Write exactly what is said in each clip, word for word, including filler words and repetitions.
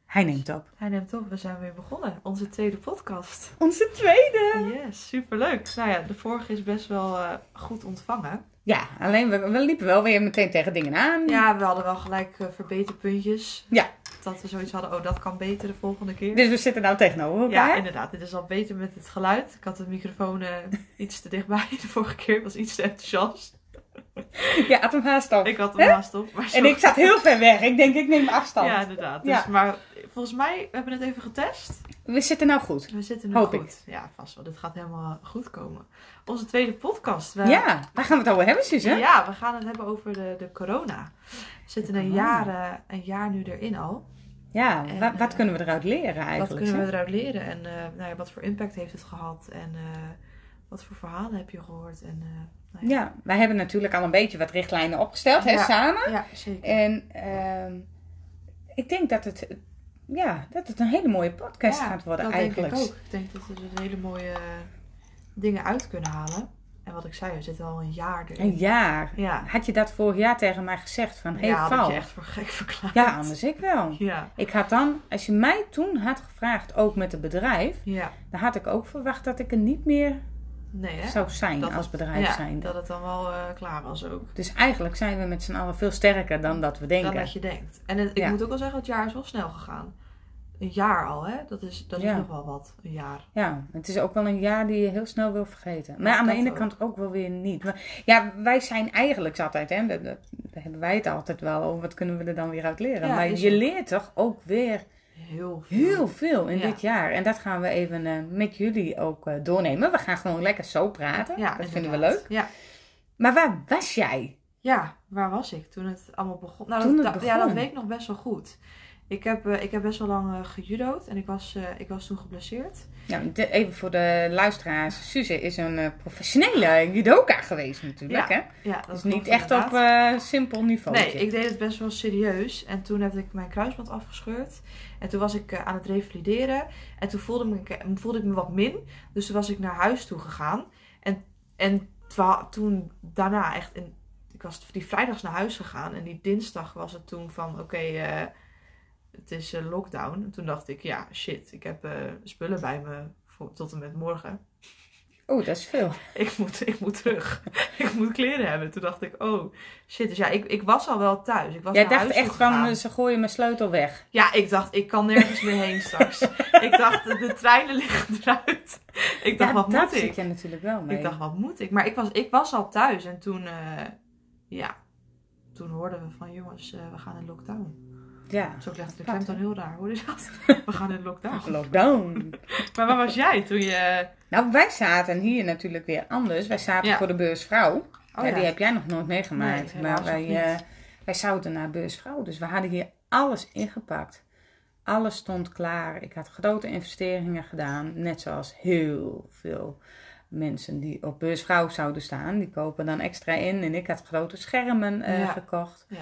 Hij neemt op. Hij neemt op. We zijn weer begonnen. Onze tweede podcast. Onze tweede! Yes, superleuk. Nou ja, de vorige is best wel uh, goed ontvangen. Ja, alleen we, we liepen wel weer meteen tegen dingen aan. Ja, we hadden wel gelijk uh, verbeterpuntjes. Ja. Dat we zoiets hadden, oh dat kan beter de volgende keer. Dus we zitten nou tegenover elkaar. Ja, inderdaad. Dit is al beter met het geluid. Ik had de microfoon uh, iets te dichtbij. De vorige keer was iets te enthousiast. Ja, had hem haast op. Ik had hem haast op. Maar en ik zat heel ver weg. Ik denk, ik neem afstand. Ja, inderdaad. Dus, ja. Maar volgens mij, we hebben het even getest. We zitten nou goed. We zitten nu Hoop goed. Ik. Ja, vast wel. Dit gaat helemaal goed komen. Onze tweede podcast. We... Ja, waar gaan we het over hebben, Suze? Ja, we gaan het hebben over de, de corona. We zitten een jaar, uh, een jaar nu erin al. Ja, en, wat, wat uh, kunnen we eruit leren eigenlijk? Wat kunnen hè? we eruit leren? En uh, nou ja, wat voor impact heeft het gehad? En uh, wat voor verhalen heb je gehoord? En, uh, nou ja. ja, wij hebben natuurlijk al een beetje wat richtlijnen opgesteld, hè, ja, samen. Ja, zeker. En uh, ik denk dat het, ja, dat het een hele mooie podcast ja, gaat worden dat eigenlijk. denk ik ook. Ik denk dat we er hele mooie dingen uit kunnen halen. En wat ik zei, we zitten al een jaar erin. Een jaar? Ja. Had je dat vorig jaar tegen mij gezegd? Van, hey, ja, Val. had je echt voor gek verklaard. Ja, anders ik wel. Ja. Ik had dan, als je mij toen had gevraagd, ook met het bedrijf, ja. dan had ik ook verwacht dat ik er niet meer nee, hè? zou zijn dat als het, bedrijf ja, zijnde. dat het dan wel uh, klaar was ook. Dus eigenlijk zijn we met z'n allen veel sterker dan dat we denken. Dan dat je denkt. En het, ik ja. moet ook wel zeggen, het jaar is wel snel gegaan. Een jaar al, hè? Dat is, dat is ja. nog wel wat, een jaar. Ja, het is ook wel een jaar die je heel snel wil vergeten. Maar ja, aan de ene ook. kant ook wel weer niet. Maar, ja, wij zijn eigenlijk altijd, hè, daar, daar hebben wij het altijd wel over. Wat kunnen we er dan weer uit leren? Ja, maar je ook. leert toch ook weer heel veel, heel veel in ja. dit jaar. En dat gaan we even uh, met jullie ook uh, doornemen. We gaan gewoon lekker zo praten. Ja, dat inderdaad. vinden we leuk. Ja. Maar waar was jij? Ja, waar was ik toen het allemaal begon? Nou, toen dat, het dat, begon. Ja, dat weet ik nog best wel goed. Ik heb, uh, ik heb best wel lang uh, gejudo'd en ik was, uh, ik was toen geblesseerd. Ja, de, even voor de luisteraars. Suze is een uh, professionele judoka geweest natuurlijk. Ja, hè? ja, dat dus klopt niet echt inderdaad. op uh, simpel niveau. Nee, ik deed het best wel serieus. En toen heb ik mijn kruisband afgescheurd. En toen was ik uh, aan het revalideren. En toen voelde, me, voelde ik me wat min. Dus toen was ik naar huis toe gegaan. En, en twa, toen daarna echt... In, ik was die vrijdags naar huis gegaan. En die dinsdag was het toen van... Oké, okay, uh, het is uh, lockdown. En toen dacht ik, ja, shit. Ik heb uh, spullen bij me voor, tot en met morgen. Oeh, dat is veel. Ik moet, ik moet terug. Ik moet kleren hebben. Toen dacht ik, oh shit. Dus ja, ik, ik was al wel thuis. Ik was Jij naar dacht huis echt van, ze gooien mijn sleutel weg. Ja, ik dacht, ik kan nergens meer heen straks. Ik dacht, de treinen liggen eruit. Ik dacht, ja, wat dat moet zit ik? je natuurlijk wel mee. Ik dacht, wat moet ik? Maar ik was, ik was al thuis. En toen, uh, ja, toen hoorden we van, jongens, uh, we gaan in lockdown. Ja. Zo legde de klemtoon heel raar. Hoorde je dat? We gaan in lockdown. Lockdown. Maar waar was jij toen je... Nou, wij zaten hier natuurlijk weer anders. Wij zaten ja. voor de Beursvrouw. Oh, ja, ja. Die heb jij nog nooit meegemaakt. Nee, maar wij, uh, niet. wij zouden naar Beursvrouw. Dus we hadden hier alles ingepakt. Alles stond klaar. Ik had grote investeringen gedaan. Net zoals heel veel mensen die op Beursvrouw zouden staan. Die kopen dan extra in. En ik had grote schermen uh, ja. gekocht. Ja.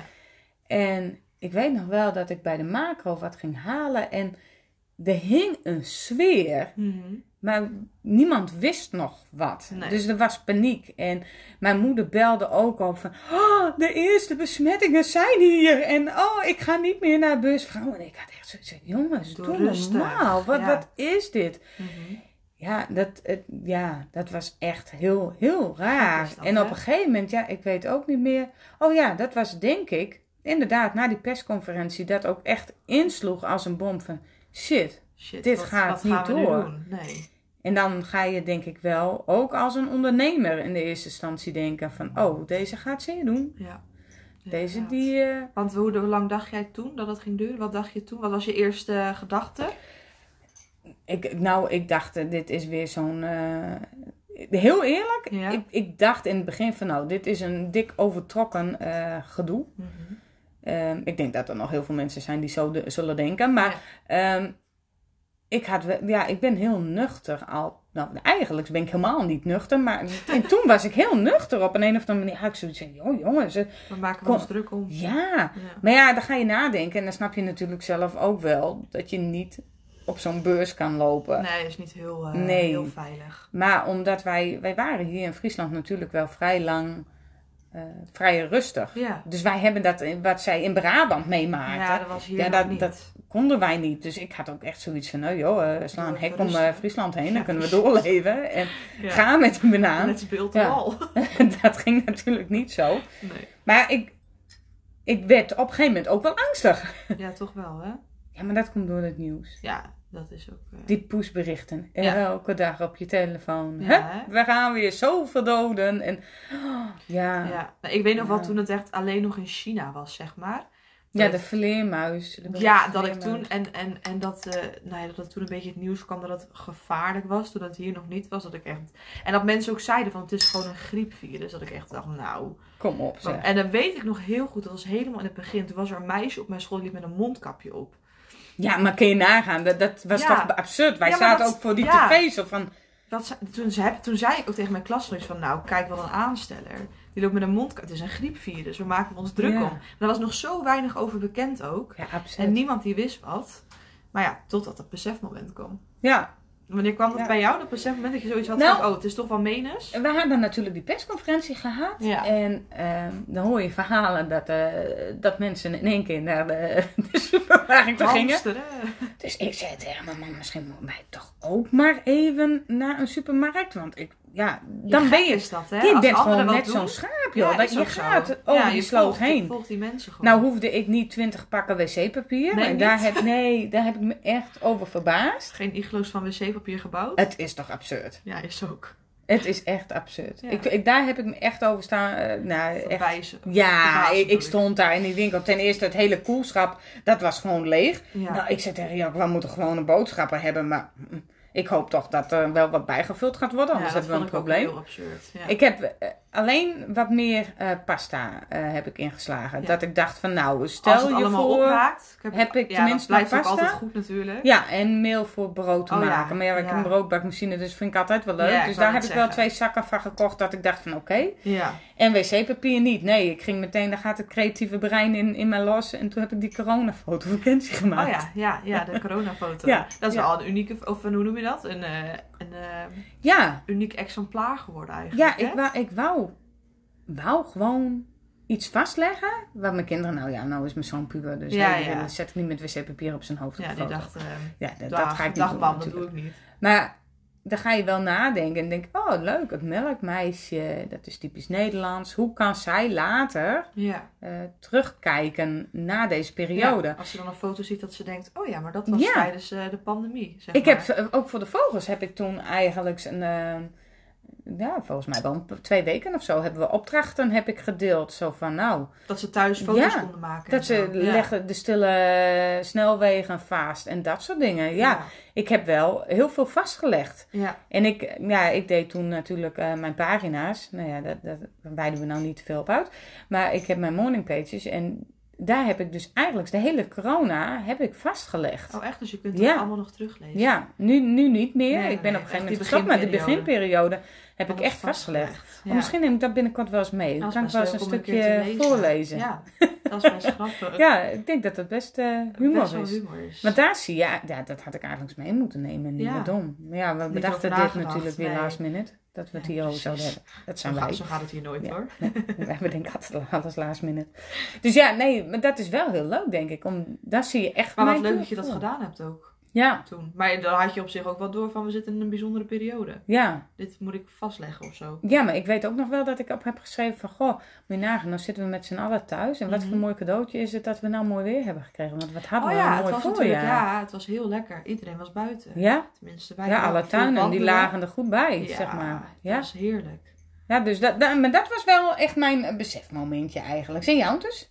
En ik weet nog wel dat ik bij de macro wat ging halen. En er hing een sfeer. Mm-hmm. Maar niemand wist nog wat. Nee. Dus er was paniek. En mijn moeder belde ook op van... Oh, de eerste besmettingen zijn hier. En oh, ik ga niet meer naar Beursvrouw. En ik had echt zoiets van... Jongens, doe, doe normaal. Wat, ja. wat is dit? Mm-hmm. Ja, dat, het, ja, dat was echt heel, heel raar. Dat, en op hè? een gegeven moment... Ja, ik weet ook niet meer... Oh ja, dat was denk ik... Inderdaad, na die persconferentie... Dat ook echt insloeg als een bom van... Shit, Shit dit wat, gaat wat niet gaan we door. Nu doen? Nee. En dan ga je denk ik wel ook als een ondernemer in de eerste instantie denken van... Oh, deze gaat zeer doen. Ja. Deze inderdaad. die... Uh... Want hoe, hoe lang dacht jij toen dat het ging duren? Wat dacht je toen? Wat was je eerste uh, gedachte? Ik, nou, ik dacht, uh, dit is weer zo'n... Uh... Heel eerlijk, ja. ik, ik dacht in het begin van... Nou, dit is een dik overtrokken uh, gedoe. Mm-hmm. Um, ik denk dat er nog heel veel mensen zijn die zo de, zullen denken. Maar ja. um, ik, had, ja, ik ben heel nuchter al... Nou, eigenlijk ben ik helemaal niet nuchter. Maar en toen was ik heel nuchter op een, een of andere manier. Had ik zoiets van, joh jongens. We maken ons druk om. Ja. ja, maar ja, dan ga je nadenken. En dan snap je natuurlijk zelf ook wel dat je niet op zo'n beurs kan lopen. Nee, dat is niet heel, uh, nee. heel veilig. Maar omdat wij, wij waren hier in Friesland natuurlijk wel vrij lang uh, vrij rustig. Ja. Dus wij hebben dat, wat zij in Brabant meemaakten. Ja, dat was hier ja, nog dat, niet. dat konden wij niet. Dus ik had ook echt zoiets van, nou joh, uh, sla een hek om uh, Friesland heen. Ja, Dan kunnen we doorleven. En ja. ga met die banaan. Met speelt de wal. Dat ging natuurlijk niet zo. Nee. Maar ik, ik werd op een gegeven moment ook wel angstig. Ja, toch wel, hè? Ja, maar dat komt door het nieuws. Ja, dat is ook... Uh... Die pushberichten. Ja. Elke dag op je telefoon. Ja, Hup, hè? we gaan weer zoveel doden. En, oh, ja. ja. Nou, ik weet nog Ja. wel toen het echt alleen nog in China was, zeg maar. Ja, Dat- de vleermuis. De Ja, dat ik vleermuis. toen... En, en, en dat, uh, nou ja, dat het toen een beetje het nieuws kwam dat het gevaarlijk was. Toen het hier nog niet was. Dat ik echt... En dat mensen ook zeiden van het is gewoon een griepvirus. Dat ik echt dacht, nou... Kom op, zeg. En dan weet ik nog heel goed, dat was helemaal in het begin. Toen was er een meisje op mijn school die liep met een mondkapje op. Ja, maar kun je nagaan. Dat, dat was Ja. toch absurd. Wij Ja, maar zaten dat- ook voor die ja. tv's. Of van, Dat, ze- toen, ze, toen zei ik ook tegen mijn klasgenootjes van, nou, kijk wel een aansteller. Die loopt met een mondkapje. Het is een griepvirus, we maken ons druk Ja. om. Maar er was nog zo weinig over bekend ook. ja, absurd. En niemand die wist wat. Maar ja, totdat het besefmoment kwam. Ja, Wanneer kwam het Ja. bij jou, dat besefmoment dat je zoiets had Nou, van, oh, het is toch wel menens? we hadden natuurlijk die persconferentie gehad. Ja. En ehm, dan hoor je verhalen dat, eh, dat mensen in één keer naar de, de supermarkt gingen. Hamsteren. Dus ik zei tegen mijn man, misschien moeten wij toch ook maar even naar een supermarkt. Want ik, ja, dan Ja, ben gek je... is dat, hè? Je Als bent anderen gewoon wat net doen, zo'n schaap, joh. ja, dat is je ook zo. gaat over Ja, die je sloot volgt, heen. Je volgt die mensen gewoon. Nou hoefde ik niet twintig pakken wc-papier. Nee, en daar niet? heb, nee, daar heb ik me echt over verbaasd. Geen igloos van wc-papier gebouwd? Het is toch absurd? Ja, is ook. Het is echt absurd. Ja. Ik, ik, daar heb ik me echt over staan. eh, nou, echt. Verwijzen. Ja, Verbaasd ik, ik bedoel ik. stond daar in die winkel. Ten eerste het hele koelschap, dat was gewoon leeg. Ja. Nou, ik zei tegen Jack, we moeten gewoon een boodschappen hebben. Maar mm, ik hoop toch dat er wel wat bijgevuld gaat worden. Anders ja, hebben dat we een vond ik ook probleem. heel absurd. Ja. Ik heb eh, alleen wat meer eh, pasta eh, heb ik ingeslagen. Ja. Dat ik dacht van nou, Als stel het je allemaal voor... opraakt, heb ik ja, tenminste dat blijft nog ook pasta. altijd goed natuurlijk. Ja, en meel voor brood te Oh ja, maken. Maar ja, ik heb ja. een broodbakmachine, dus vind ik altijd wel leuk. Ja, ik dus wou daar heb net ik wel zeggen. twee zakken van gekocht dat ik dacht van oké. Ja. En wc-papier niet. Nee, ik ging meteen, daar gaat het creatieve brein in, in mij los. En toen heb ik die coronafoto vakantie gemaakt. Oh ja, ja, ja, de coronafoto. Ja, Dat is ja. wel een unieke, of hoe noem je dat? Een, eh, een eh, Ja, uniek exemplaar geworden eigenlijk. ja hè? ik, wou, ik wou, wou gewoon iets vastleggen. Waar mijn kinderen, nou ja, nou is mijn zoon puber. Dus Ja, nee, die ja. willen- zet ik niet met wc-papier op zijn hoofd. op Ja, de die foto. dacht, eh Ja, dat, dat dag, ga ik niet dag doen bam, dat natuurlijk. doe ik niet. Maar dan ga je wel nadenken en denk, oh leuk, het melkmeisje, dat is typisch Nederlands. Hoe kan zij later Ja. eh, terugkijken na deze periode? Ja, als ze dan een foto ziet dat ze denkt, oh ja, maar dat was Ja. tijdens eh, de pandemie. Zeg Ik maar. heb eh, ook voor de vogels heb ik toen eigenlijk een, eh, ja, volgens mij wel een, twee weken of zo hebben we opdrachten heb ik gedeeld. Zo van nou, Dat ze thuis foto's Ja, konden maken. dat en ze zo. Ja. leggen de stille snelwegen vast en dat soort dingen. Ja, ik heb wel heel veel vastgelegd. Ja. En ik, ja, ik deed toen natuurlijk eh, mijn pagina's. Nou ja, dat, dat wijden we nou niet te veel op uit. Maar ik heb mijn morning pages en daar heb ik dus eigenlijk de hele corona heb ik vastgelegd. Oh echt? Dus je kunt Ja. het allemaal nog teruglezen? Ja, nu, nu niet meer. Nee, ik ben nee, op een gegeven echt moment die gestopt, maar de beginperiode. beginperiode heb ik Alles echt vastgelegd. Ja. Oh, misschien neem ik dat binnenkort wel eens mee. Dan Dat kan is ik wel eens best een leuk om keer stukje te lezen. voorlezen. Ja. Ja, dat is best grappig. ik denk dat het best eh, humor Best wel is. humor is. Maar daar zie je, ja, ja, dat had ik eigenlijk eens mee moeten nemen in Ja. ja. dom. Maar ja, we Niet bedachten over dit nagedacht, natuurlijk weer nee. last minute. Dat we het Ja, hierover precies. zouden hebben. Dat zo, zijn gaat, wij. zo gaat het hier nooit Ja. hoor. Wij bedenken altijd alles last minute. Dus ja, nee, maar dat is wel heel leuk denk ik. Om, daar zie je echt Maar wat mijn leuk kleur dat je dat voor. gedaan hebt ook Ja, toen. Maar dan had je op zich ook wel door van we zitten in een bijzondere periode. ja. Dit moet ik vastleggen of zo. Ja, maar ik weet ook nog wel dat ik op heb geschreven van... Goh, moet je nagaan, nou zitten we met z'n allen thuis. En wat Mhm. voor mooi cadeautje is het dat we nou mooi weer hebben gekregen. Want wat hadden Oh we ja, een het mooi was voorjaar. natuurlijk, ja, het was heel lekker. Iedereen was buiten. Ja? Tenminste, wij Ja, ook alle veel tuinen, die wandelen. lagen er goed bij, Ja, zeg maar. het Ja, was heerlijk. ja dus dat, dat, maar dat was wel echt mijn eh, besefmomentje eigenlijk. Zijn jou dus?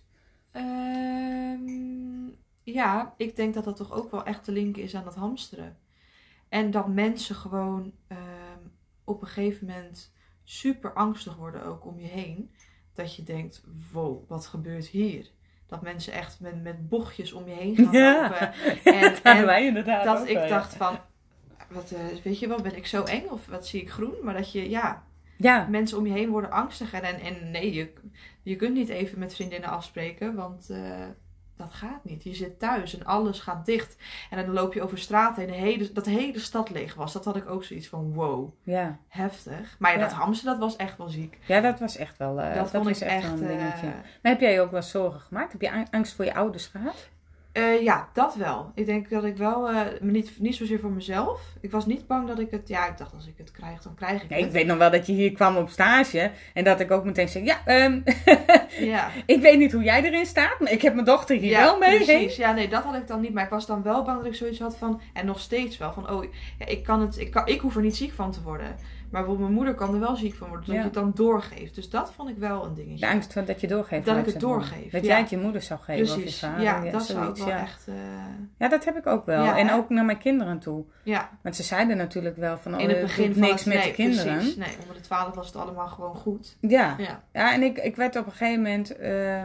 Ehm, ja, ik denk dat dat toch ook wel echt te linken is aan dat hamsteren. En dat mensen gewoon ehm, op een gegeven moment super angstig worden ook om je heen. Dat je denkt, wow, wat gebeurt hier? Dat mensen echt met, met bochtjes om je heen gaan Ja, lopen. dat En, hadden en wij inderdaad dat ook ik wel, ja. dacht van, wat, eh, weet je wel, ben ik zo eng of wat zie ik groen? Maar dat je, ja, Ja, mensen om je heen worden angstiger. En, en nee, je, je kunt niet even met vriendinnen afspreken, want... eh, dat gaat niet. Je zit thuis en alles gaat dicht. En dan loop je over straat heen. De hele, dat de hele stad leeg was. Dat had ik ook zoiets van wow. Ja. Heftig. Maar ja, Ja. dat hamster, dat was echt wel ziek. Ja, dat was echt wel, uh, Dat dat vond was ik echt, echt, wel een dingetje. eh, Maar heb jij je ook wel zorgen gemaakt? Heb je ang- angst voor je ouders gehad? Uh, ja, dat wel. Ik denk dat ik wel, uh, maar niet, niet zozeer voor mezelf. Ik was niet bang dat ik het, ja, ik dacht als ik het krijg, dan krijg ik Nee, het. ik weet nog wel dat je hier kwam op stage. En dat ik ook meteen zei, ja, um, Ja. ik weet niet hoe jij erin staat. Maar ik heb mijn dochter hier Ja, wel mee. precies. Ja, nee, dat had ik dan niet. Maar ik was dan wel bang dat ik zoiets had van, en nog steeds wel, van oh, ja, ik kan het, ik, kan, ik hoef er niet ziek van te worden. Maar bijvoorbeeld mijn moeder kan er wel ziek van worden. Dat Ja. je het dan doorgeeft. Dus dat vond ik wel een dingetje. De angst van dat je doorgeeft. Dat laat ik ik het zeggen. doorgeef, Dat ja. jij het je moeder zou geven of je Precies. vader. Ja, dat zou ik zoiets, wel ja. echt, uh, Ja, dat heb ik ook wel. Ja, en hè? ook naar mijn kinderen toe. ja. Want ze zeiden natuurlijk wel van, oh, In het je begin doet van niks het, met nee, de kinderen. Precies. Nee, onder de twaalf was het allemaal gewoon goed. Ja. Ja. Ja, en ik, ik werd op een gegeven moment... uh,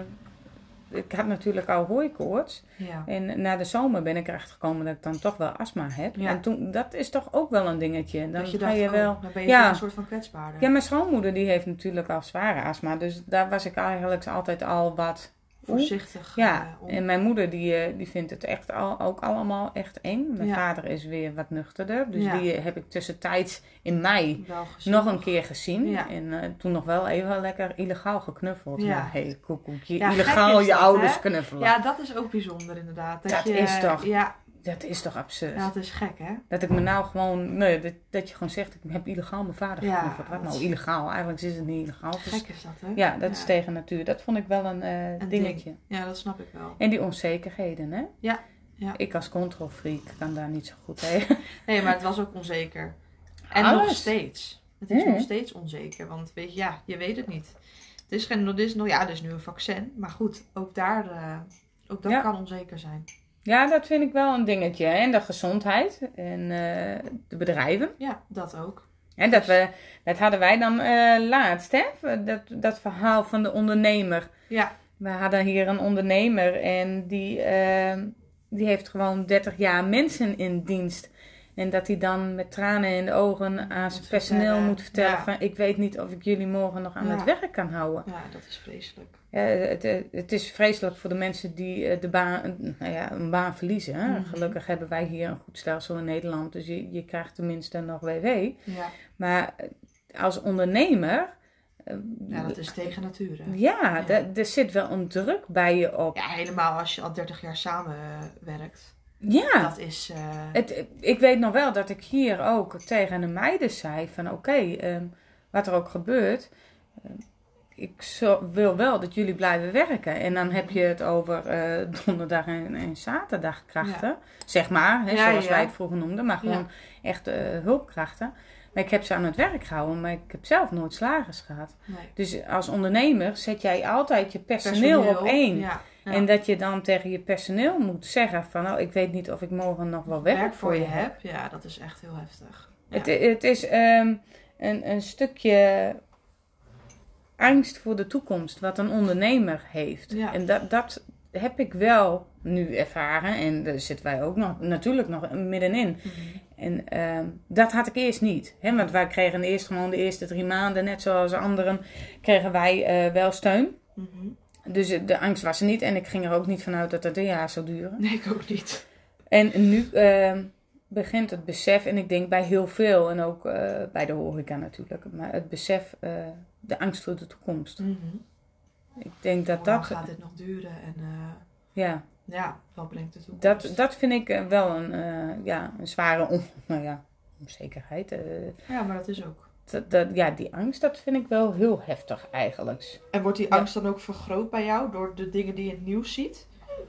ik had natuurlijk al hooikoorts. Ja. En na de zomer ben ik erachter gekomen dat ik dan toch wel astma heb. Ja. En toen, dat is toch ook wel een dingetje. Dan Dat je ga dacht, je oh, wel... dan ben je Ja. toch een soort van kwetsbaarder. Ja, mijn schoonmoeder die heeft natuurlijk al zware astma. Dus daar was ik eigenlijk altijd al wat... Voorzichtig. Ja, uh, om. en mijn moeder die, eh, die vindt het echt al, ook allemaal echt eng. Mijn Ja. vader is weer wat nuchterder. Dus Ja. die heb ik tussentijds in mei Wel gezien. nog een keer gezien. Ja. En uh, toen nog wel even lekker illegaal geknuffeld. Ja. Ja, hey, koekoekje, Ja, illegaal gek is je dat, ouders hè? knuffelen. Ja, dat is ook bijzonder inderdaad. Dat, Dat je, is toch- Ja, Dat is toch absurd? ja, dat is gek hè. Dat ik me nou gewoon... Nee, dat, dat je gewoon zegt, ik heb illegaal mijn vader Ja, geknuffeld. Wat dat nou is- illegaal? Eigenlijk is het niet illegaal. Dus- Gek is dat hè. ja, dat is tegen natuur. Dat vond ik wel een, uh, Een dingetje. ding. Ja, dat snap ik wel. En die onzekerheden, hè? Ja, ja. Ik als controlfreak kan daar niet zo goed tegen. Nee, maar het was ook onzeker. En Alles. nog steeds. Het is Hmm. nog steeds onzeker. Want weet je, ja, je weet het niet. Het is geen, er is nog, ja, er is nu een vaccin. Maar goed, ook daar, uh, ook dat Ja. kan onzeker zijn. Ja, dat vind ik wel een dingetje. En de gezondheid en uh, de bedrijven. Ja, dat ook. En dat, we, dat hadden wij dan uh, laatst, hè? Dat, dat verhaal van de ondernemer. Ja, We hadden hier een ondernemer en die, uh, die heeft gewoon dertig jaar mensen in dienst. En dat hij dan met tranen in de ogen aan zijn personeel vertellen. moet vertellen Ja. van... ik weet niet of ik jullie morgen nog aan Ja. het werk kan houden. ja, dat is vreselijk. Ja, het, het is vreselijk voor de mensen die de baan, nou ja, een baan verliezen. Hè? Mhm. Gelukkig hebben wij hier een goed stelsel in Nederland. Dus je, je krijgt tenminste nog W W. Ja, Maar als ondernemer... ja dat is tegen natuur. Hè? Ja, Ja. d- er zit wel een druk bij je op. Ja, helemaal als je al dertig jaar samenwerkt. Ja, Dat is... Uh, het, ik weet nog wel dat ik hier ook tegen de meiden zei van oké, okay, um, wat er ook gebeurt... Um, ik zo, wil wel dat jullie blijven werken. En dan heb je het over uh, donderdag en, en zaterdagkrachten. Ja. Zeg maar, hè, ja, zoals ja. wij het vroeger noemden. Maar gewoon ja. echt uh, hulpkrachten. Maar ik heb ze aan het werk gehouden. Maar ik heb zelf nooit slagers gehad. Nee. Dus als ondernemer zet jij altijd je personeel, personeel. op één. Ja. Ja. En dat je dan tegen je personeel moet zeggen van... oh, ik weet niet of ik morgen nog wel werk, werk voor je heb. heb. Ja, dat is echt heel heftig. Ja. Het, het is um, een, een stukje... angst voor de toekomst, wat een ondernemer heeft. Ja. En dat, dat heb ik wel nu ervaren. En daar zitten wij ook nog, natuurlijk nog middenin. Mm-hmm. En uh, dat had ik eerst niet. Hè? Want wij kregen eerst gewoon de eerste drie maanden, net zoals anderen, kregen wij uh, wel steun. Mm-hmm. Dus de angst was er niet. En ik ging er ook niet vanuit dat het een jaar zou duren. Nee, ik ook niet. En nu uh, begint het besef, en ik denk bij heel veel, en ook uh, bij de horeca natuurlijk, maar het besef... Uh, de angst voor de toekomst. Mm-hmm. Ik denk dat Hoe dat... lang gaat dit nog duren? En uh, ja. ja, wat brengt de toekomst? Dat, dat vind ik wel een, uh, ja, een zware on, nou ja, onzekerheid. Uh, ja, maar dat is ook. Dat, dat, ja, die angst, dat vind ik wel heel heftig eigenlijk. En wordt die ja. angst dan ook vergroot bij jou door de dingen die je in het nieuws ziet?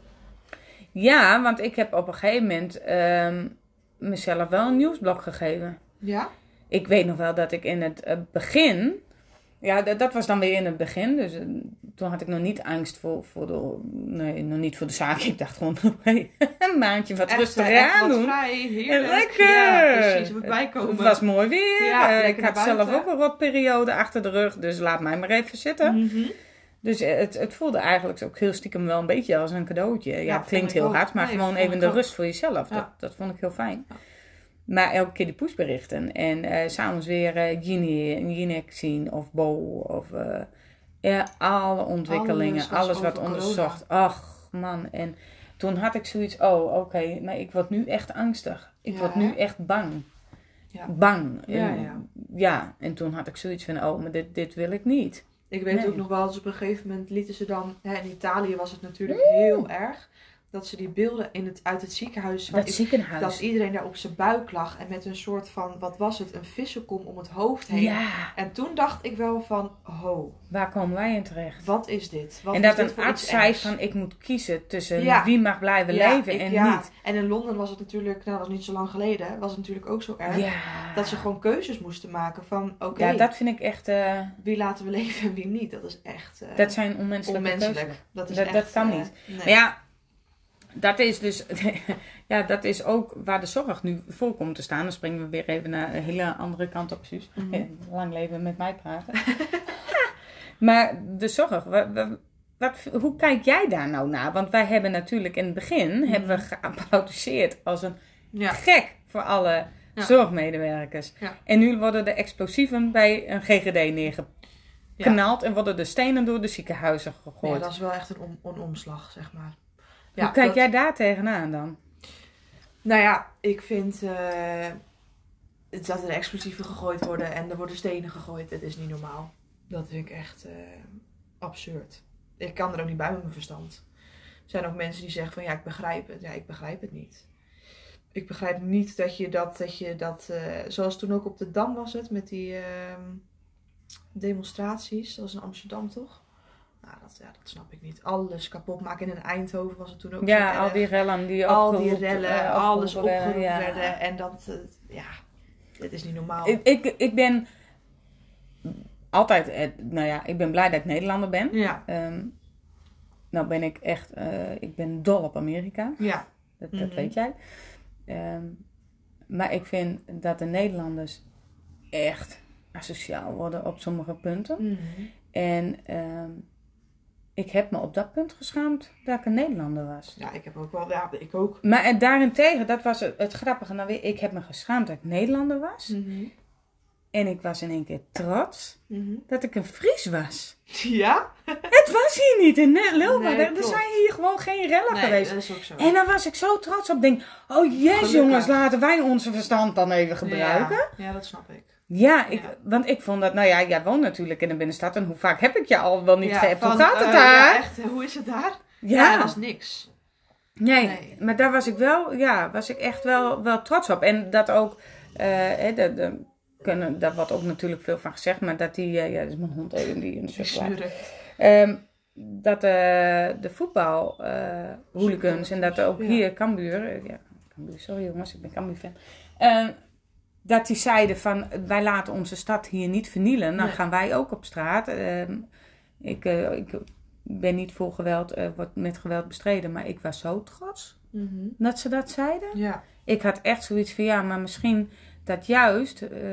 Ja, want ik heb op een gegeven moment uh, mezelf wel een nieuwsblok gegeven. Ja? Ik weet nog wel dat ik in het uh, begin... Ja, dat, dat was dan weer in het begin. Dus uh, toen had ik nog niet angst voor, voor de... Nee, nog niet voor de zaak. Ik dacht gewoon, hey, een maandje wat rustiger aan doen. Vrij, heerlijk. Lekker! Ja, precies, moet bijkomen. Het was mooi weer. Ja, uh, ik had zelf ook een rotperiode achter de rug. Dus laat mij maar even zitten. Mm-hmm. Dus uh, het, het voelde eigenlijk ook heel stiekem wel een beetje als een cadeautje. Ja, ja het klinkt heel ook. hard, maar nee, gewoon even de ook. rust voor jezelf. Ja. Dat, dat vond ik heel fijn. Ja. Maar elke keer die poesberichten. En uh, s'avonds weer uh, Gini, Ginek zien of Bo. Of uh, ja, alle ontwikkelingen. Alles, alles wat onderzocht. Ach, prachtige man. En toen had ik zoiets, oh oké, okay, maar ik word nu echt angstig. Ik Ja, word hè? nu echt bang. Ja. Bang. Ja, en, ja. ja, en toen had ik zoiets van, oh, maar dit, dit wil ik niet. Ik weet Nee. ook nog wel, dus op een gegeven moment lieten ze dan... Hè, in Italië was het natuurlijk heel erg... dat ze die beelden in het, uit het ziekenhuis... Van, Dat ik- ziekenhuis. dat iedereen daar op zijn buik lag... en met een soort van, wat was het, een vissenkom om het hoofd heen. Ja, En toen dacht ik wel van, ho, waar komen wij in terecht? wat is dit? Wat En is dat dit een voor arts iets zei ergs? van, ik moet kiezen tussen Ja. wie mag blijven Ja, leven ik- en ja. niet. En in Londen was het natuurlijk, nou dat was niet zo lang geleden... was het natuurlijk ook zo erg... Ja. dat ze gewoon keuzes moesten maken van... oké, Ja, dat vind ik echt, eh, wie laten we leven en wie niet? Dat is echt eh, dat zijn onmenselijke onmenselijk. keuzes. Dat, is Dat- echt, dat kan eh, niet. nee. Maar ja, dat is dus, ja, dat is ook waar de zorg nu voor komt te staan. Dan springen we weer even naar een hele andere kant op, Suus. Mhm. Ja, lang leven met mij praten. Maar de zorg, wat, wat, wat, hoe kijk jij daar nou naar? Want wij hebben natuurlijk in het begin, hebben we geapplaudisseerd als een Ja. gek voor alle Ja. zorgmedewerkers. Ja. En nu worden de explosieven bij een G G D neergeknald en worden de stenen door de ziekenhuizen gegooid. Ja, dat is wel echt een, om, een omslag, zeg maar. Hoe kijk dat- jij daar tegenaan dan? Nou ja, ik vind eh, dat er explosieven gegooid worden en er worden stenen gegooid. Dat is niet normaal. Dat vind ik echt eh, absurd. Ik kan er ook niet bij met mijn verstand. Er zijn ook mensen die zeggen van ja, ik begrijp het. Ja, ik begrijp het niet. Ik begrijp niet dat je dat, dat, je dat eh, zoals toen ook op de Dam was het, met die eh, demonstraties. Dat was in Amsterdam toch? Nou, dat, ja, dat snap ik niet. Alles kapot maken. En in Eindhoven was het toen ook zo Ja, erg. al die rellen die al die opgeroepen- rellen, eh, alles opgeroepen opgeroepen werden, ja. werden. En dat, eh, ja, dit is niet normaal. Ik, ik, ik ben altijd, eh, nou ja, ik ben blij dat ik Nederlander ben. Ja, Ehm, nou ben ik echt, eh, ik ben dol op Amerika. ja, Dat, dat Mhm. weet jij. Ehm, maar ik vind dat de Nederlanders echt asociaal worden op sommige punten. Mhm. En ehm, ik heb me op dat punt geschaamd dat ik een Nederlander was. ja, ik heb ook wel, ja, ik ook. Maar en daarentegen, dat was het, het grappige. Nou, weer, ik heb me geschaamd dat ik Nederlander was. Mhm. En ik was in één keer trots Mhm. dat ik een Fries was. Ja? Het was hier niet in Ne- Leeuwarden. Nee, er klopt. zijn hier gewoon geen rellen Nee, geweest. dat is ook zo. En dan was ik zo trots op. Denk, oh yes Gelukkig. jongens, laten wij onze verstand dan even gebruiken. Ja, ja, dat snap ik. Ja, ik, Ja. want ik vond dat, nou ja, jij woont natuurlijk in de binnenstad. En hoe vaak heb ik je al wel niet Ja, geappt? Hoe van, gaat het eh, daar? Ja, echt, hoe is het daar? Ja. dat is niks. Nee, Nee. maar daar was ik wel, ja, was ik echt wel, wel trots op. En dat ook, eh, hè, de, de, kunnen, daar wordt ook natuurlijk veel van gezegd, maar dat die, eh, ja, dat is mijn hond even die in de Die stuk laat. snuren. Ehm, dat eh, de voetbal eh hooligans en dat ook Ja. hier Cambuur, eh, ja, Cambuur, sorry jongens, ik ben Cambuur fan. Ehm, dat die zeiden van, wij laten onze stad hier niet vernielen, dan Nee. gaan wij ook op straat. Ehm, ik, eh, ik ben niet voor geweld, eh, wordt met geweld bestreden, maar ik was zo trots Mhm. dat ze dat zeiden. Ja. Ik had echt zoiets van, ja, maar misschien dat juist eh,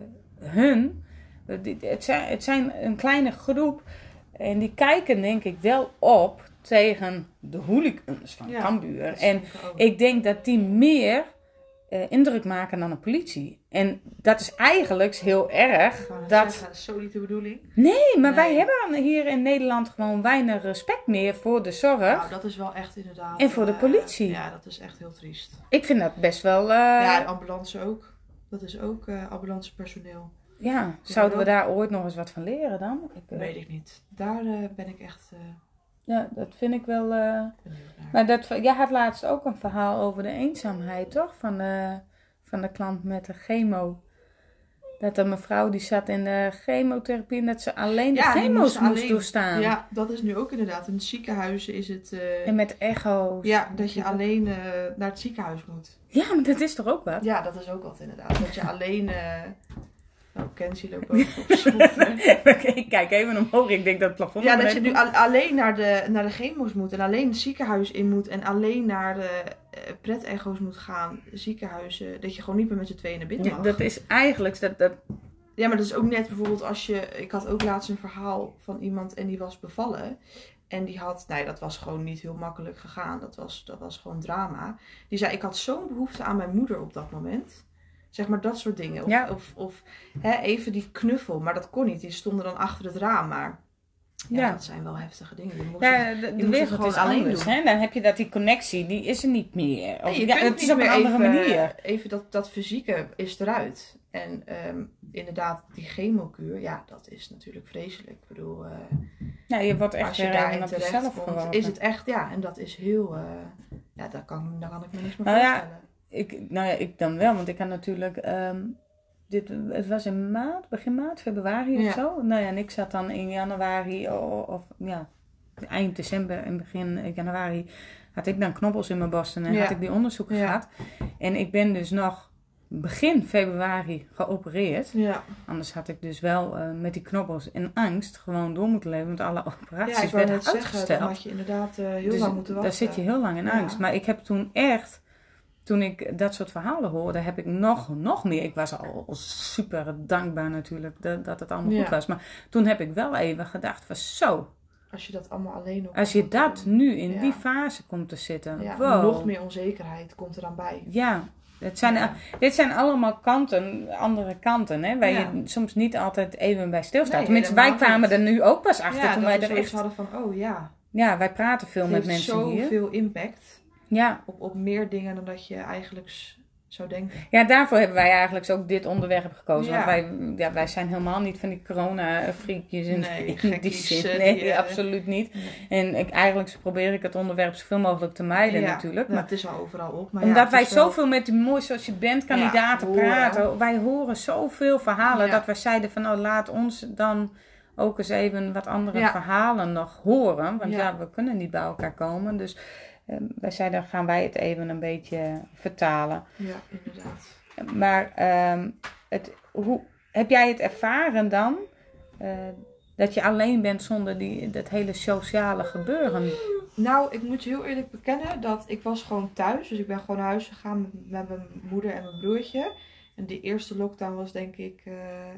hun, eh, die- het zijn, het zijn een kleine groep en die kijken denk ik wel op tegen de hooligans van Ja, Cambuur. dat En snap ik ook. ik denk dat die meer eh, indruk maken dan de politie. En dat is eigenlijk heel erg. Ik wou net Dat, zeggen, dat is zo niet de bedoeling. nee, maar wij Nee. hebben hier in Nederland gewoon weinig respect meer voor de zorg. Nou, dat is wel echt inderdaad... En voor de eh, politie. ja, dat is echt heel triest. Ik vind dat best wel... eh, Ja, de ambulance ook. Dat is ook eh ambulancepersoneel. Ja, zouden we daar ooit nog eens wat van leren dan? Ik, eh, Weet ik niet. Daar eh, ben ik echt eh, Ja, dat vind ik wel... eh, benieuwd naar. Maar dat, jij had laatst ook een verhaal over de eenzaamheid, toch? Van de, van de klant met de chemo. Dat een mevrouw die zat in de chemotherapie en dat ze alleen de Ja, die chemo's moest moest alleen- doorstaan. Ja, dat is nu ook inderdaad. In ziekenhuizen is het... eh, En met echo's. ja, dat je alleen eh, naar het ziekenhuis moet. Ja, maar dat is toch ook wat? Ja, dat is ook wat inderdaad. Dat je alleen... eh Oh, Kenzie loopt ook op schroeven. Ik kijk even omhoog, ik denk dat het plafond... Ja, naar dat je beneden nu al- alleen naar de, naar de chemo's moet. En alleen het ziekenhuis in moet. En alleen naar de uh, pret-echo's moet gaan. Ziekenhuizen. Dat je gewoon niet meer met z'n tweeën naar binnen komt. mag. Ja, dat is eigenlijk... Dat, dat, Ja, maar dat is ook net bijvoorbeeld als je... Ik had ook laatst een verhaal van iemand en die was bevallen. En die had... Nee, dat was gewoon niet heel makkelijk gegaan. Dat was, dat was gewoon drama. Die zei, ik had zo'n behoefte aan mijn moeder op dat moment. Zeg maar dat soort dingen. Of, Ja. of, of hè, even die knuffel. Maar dat kon niet. Die stonden dan achter het raam. Maar Ja, Ja. dat zijn wel heftige dingen. Je moet Ja, het- de, de moet het wereld gewoon is alleen anders. doen. Hè? Dan heb je dat die connectie, die is er niet meer. Of, Nee, je ja, kunt het is niet op een meer andere even, manier. Even dat, dat fysieke is eruit. En ehm, inderdaad, die chemokuur, ja, dat is natuurlijk vreselijk. Ik bedoel, eh, Ja, je wordt echt als je weer even daarin op terecht jezelf komt, geworpen. is het echt, ja, en dat is heel, eh, ja, daar kan, daar kan ik me niks meer Nou ja, voorstellen. Ik, nou ja, ik dan wel, want ik had natuurlijk... ehm, dit, het was in maart, begin maart, februari of Ja. zo. Nou ja, en ik zat dan in januari of, of ja, eind december en begin januari... had ik dan knobbels in mijn borsten en Ja. had ik die onderzoeken Ja. gehad. En ik ben dus nog begin februari geopereerd. Ja, Anders had ik dus wel eh, met die knobbels en angst gewoon door moeten leven. Want alle ja operaties ik wou werden net zeggen, uitgesteld. dan had je inderdaad eh, heel Dus lang moeten wachten. daar zit je heel lang in Ja. angst. Maar ik heb toen echt, toen ik dat soort verhalen hoorde, heb ik nog, nog meer. Ik was al super dankbaar natuurlijk dat, dat het allemaal Ja. goed was. Maar toen heb ik wel even gedacht van zo, Als je dat allemaal alleen nog als je moet dat doen. nu in Ja. die fase komt te zitten. Ja, wow. nog meer onzekerheid komt er dan bij. Ja, het zijn, Ja. dit zijn allemaal kanten, andere kanten, hè, waar Ja. je soms niet altijd even bij stilstaat. Nee, Tenminste, wij helemaal kwamen niet. er nu ook pas achter Ja, toen dat wij we er zoiets echt... hadden van, oh ja, Ja, wij praten veel het met heeft mensen hier. zoveel impact Ja. op, op meer dingen dan dat je eigenlijk s- zou denken. ja, daarvoor hebben wij eigenlijk ook dit onderwerp gekozen. Ja. Want wij, ja, wij zijn helemaal niet van die corona-freakjes in, Nee, in die gekkies, zin. eh, Nee, die, eh, absoluut niet. Nee. En ik, eigenlijk probeer ik het onderwerp zoveel mogelijk te mijden Ja, natuurlijk. nou, Maar het is al overal op. Maar ja, omdat het wij is wel- zoveel met die mooi zoals je bent kandidaten Ja, horen. praten. Wij horen zoveel verhalen Ja. dat wij zeiden van nou laat ons dan ook eens even wat andere Ja. verhalen nog horen. Want ja. Ja. we kunnen niet bij elkaar komen. Dus eh, wij zeiden dan gaan wij het even een beetje vertalen. Ja, inderdaad. Maar ehm, het, hoe, heb jij het ervaren dan? eh, dat je alleen bent zonder die, dat hele sociale gebeuren? Nou, ik moet je heel eerlijk bekennen dat ik was gewoon thuis. Dus ik ben gewoon naar huis gegaan met, met mijn moeder en mijn broertje. En die eerste lockdown was denk ik eh,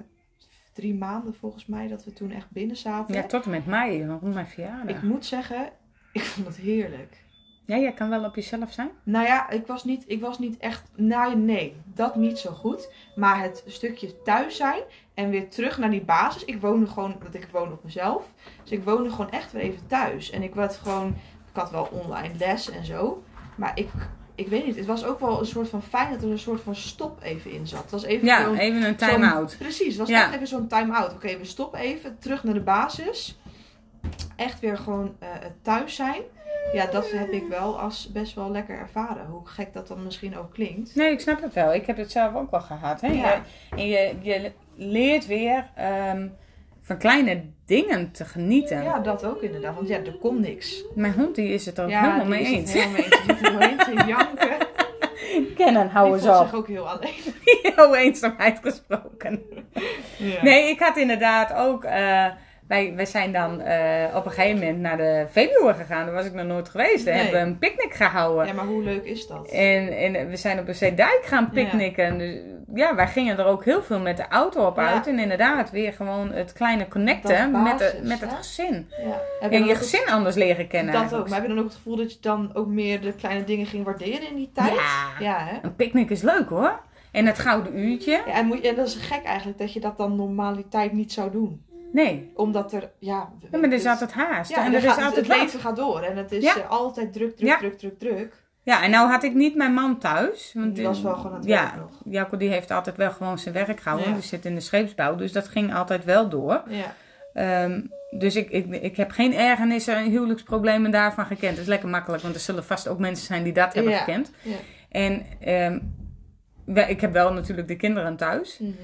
drie maanden volgens mij dat we toen echt binnen zaten. Ja, tot en met mij, rond mijn verjaardag. Ik moet zeggen, ik vond het heerlijk. Ja, jij kan wel op jezelf zijn? Nou ja, ik was niet, ik was niet echt... Nou, nee, dat niet zo goed. Maar het stukje thuis zijn en weer terug naar die basis. Ik woonde gewoon, want ik woon op mezelf. Dus ik woonde gewoon echt weer even thuis. En ik was gewoon... Ik had wel online les en zo. Maar ik, ik weet niet, het was ook wel een soort van fijn dat er een soort van stop even in zat. Het was even Ja, zo'n- even een zo'n- time-out. Precies, het was Ja. echt even zo'n time-out. Oké, we stoppen even, terug naar de basis. Echt weer gewoon eh, thuis zijn. Ja, dat heb ik wel als best wel lekker ervaren. Hoe gek dat dan misschien ook klinkt. Nee, ik snap het wel. Ik heb het zelf ook wel gehad. Hè? Ja. Je, en je, je leert weer ehm, van kleine dingen te genieten. Ja, dat ook inderdaad. Want ja, er komt niks. Mijn hond die is het er ook ja, helemaal die mee is het eens. helemaal mee eens. Die zit er doorheen te janken. Kennen, hou Die eens voelt op. zich ook heel alleen. Heel eenzaamheid gesproken. Ja. Nee, ik had inderdaad ook... eh, wij, wij zijn dan eh, op een gegeven moment naar de Veluwe gegaan. Daar was ik nog nooit geweest. Daar Nee. hebben we een picknick gehouden. Ja, maar hoe leuk is dat? En, en we zijn op de Zeedijk gaan picknicken. Dus ja, wij gingen er ook heel veel met de auto op Ja. uit. En inderdaad weer gewoon het kleine connecten Dat met, de, basis, met het hè? gezin. Ja. Heb En dan je ook gezin anders leren kennen Dat eigenlijk. ook. Maar heb je dan ook het gevoel dat je dan ook meer de kleine dingen ging waarderen in die tijd? Ja. Ja, hè? Een picknick is leuk hoor. En het gouden uurtje. Ja, en, moet je, en dat is gek eigenlijk dat je dat dan normaliteit niet zou doen. Nee. Omdat er, ja... Ja, maar er is het- altijd haast. Ja, en er er is gaat, altijd het wat. leven gaat door. En het is Ja. eh, altijd druk, druk, Ja. druk, druk, druk. Ja, en nou had ik niet mijn man thuis. Want Die was wel gewoon aan het ja, werk nog. Jacco die heeft altijd wel gewoon zijn werk gehouden. Ja. Die zit in de scheepsbouw. Dus dat ging altijd wel door. Ja. Ehm, dus ik, ik, ik heb geen ergernissen en huwelijksproblemen daarvan gekend. Dat is lekker makkelijk, want er zullen vast ook mensen zijn die dat hebben Ja. gekend. Ja. En ehm, wij- ik heb wel natuurlijk de kinderen thuis. Mhm.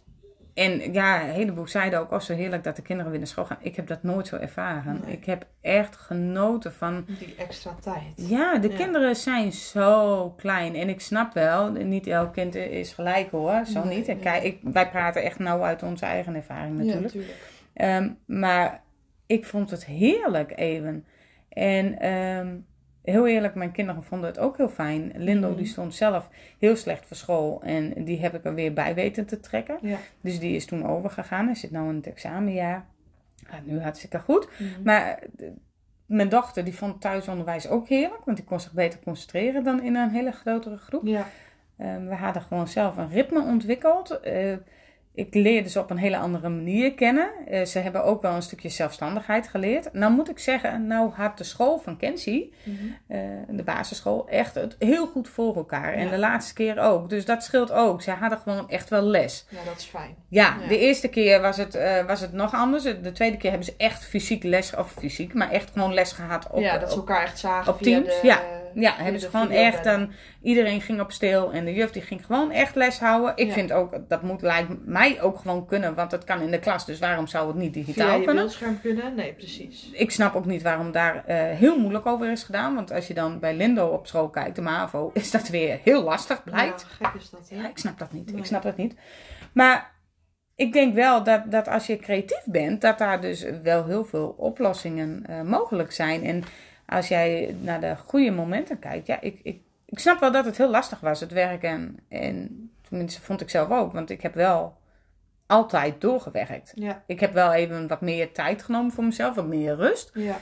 En ja, een heleboel zeiden ook, oh zo heerlijk dat de kinderen weer naar school gaan. Ik heb dat nooit zo ervaren. Nee. Ik heb echt genoten van... Die extra tijd. Ja, de Ja. kinderen zijn zo klein. En ik snap wel, niet elk kind is gelijk hoor. Zo Nee, niet. En nee. kijk, ik, wij praten echt nou uit onze eigen ervaring Ja, natuurlijk. natuurlijk. Ehm, maar ik vond het heerlijk even. En ehm, heel eerlijk, mijn kinderen vonden het ook heel fijn. Lindo Mhm. die stond zelf heel slecht voor school. En die heb ik er weer bij weten te trekken. Ja. Dus die is toen overgegaan. Hij zit nu in het examenjaar. Gaat nu hartstikke goed. Mhm. Maar eh, mijn dochter die vond thuisonderwijs ook heerlijk. Want die kon zich beter concentreren dan in een hele grotere groep. Ja. Um, we hadden gewoon zelf een ritme ontwikkeld. Uh, ik leerde ze op een hele andere manier kennen. Uh, ze hebben ook wel een stukje zelfstandigheid geleerd. Nou moet ik zeggen, nou had de school van Kenzie, mm-hmm. uh, de basisschool, echt het heel goed voor elkaar. Ja. En de laatste keer ook. Dus dat scheelt ook. Ze hadden gewoon echt wel les. Ja, dat is fijn. Ja, ja. De eerste keer was het, uh, was het nog anders. De tweede keer hebben ze echt fysiek les, of fysiek, maar echt gewoon les gehad op Ja, dat ze elkaar echt zagen op Teams. De, ja, ja hebben ze gewoon echt een... Iedereen ging op stil en de juf die ging gewoon echt les houden. Ik ja. vind ook, dat moet lijkt mij ook gewoon kunnen, want het kan in de klas, dus waarom zou het niet digitaal Via je kunnen? beeldscherm kunnen? Nee, precies. Ik snap ook niet waarom daar uh, heel moeilijk over is gedaan, want als je dan bij Lindo op school kijkt, de MAVO, is dat weer heel lastig, blijkt. Ja, gek is dat, hè? Ja, ik snap dat niet, nee. ik snap dat niet. Maar ik denk wel dat, dat als je creatief bent, dat daar dus wel heel veel oplossingen uh, mogelijk zijn. En als jij naar de goede momenten kijkt, ja, ik, ik, ik snap wel dat het heel lastig was, het werken. En tenminste vond ik zelf ook, want ik heb wel altijd doorgewerkt. Ja. Ik heb wel even wat meer tijd genomen voor mezelf, wat meer rust. Ja.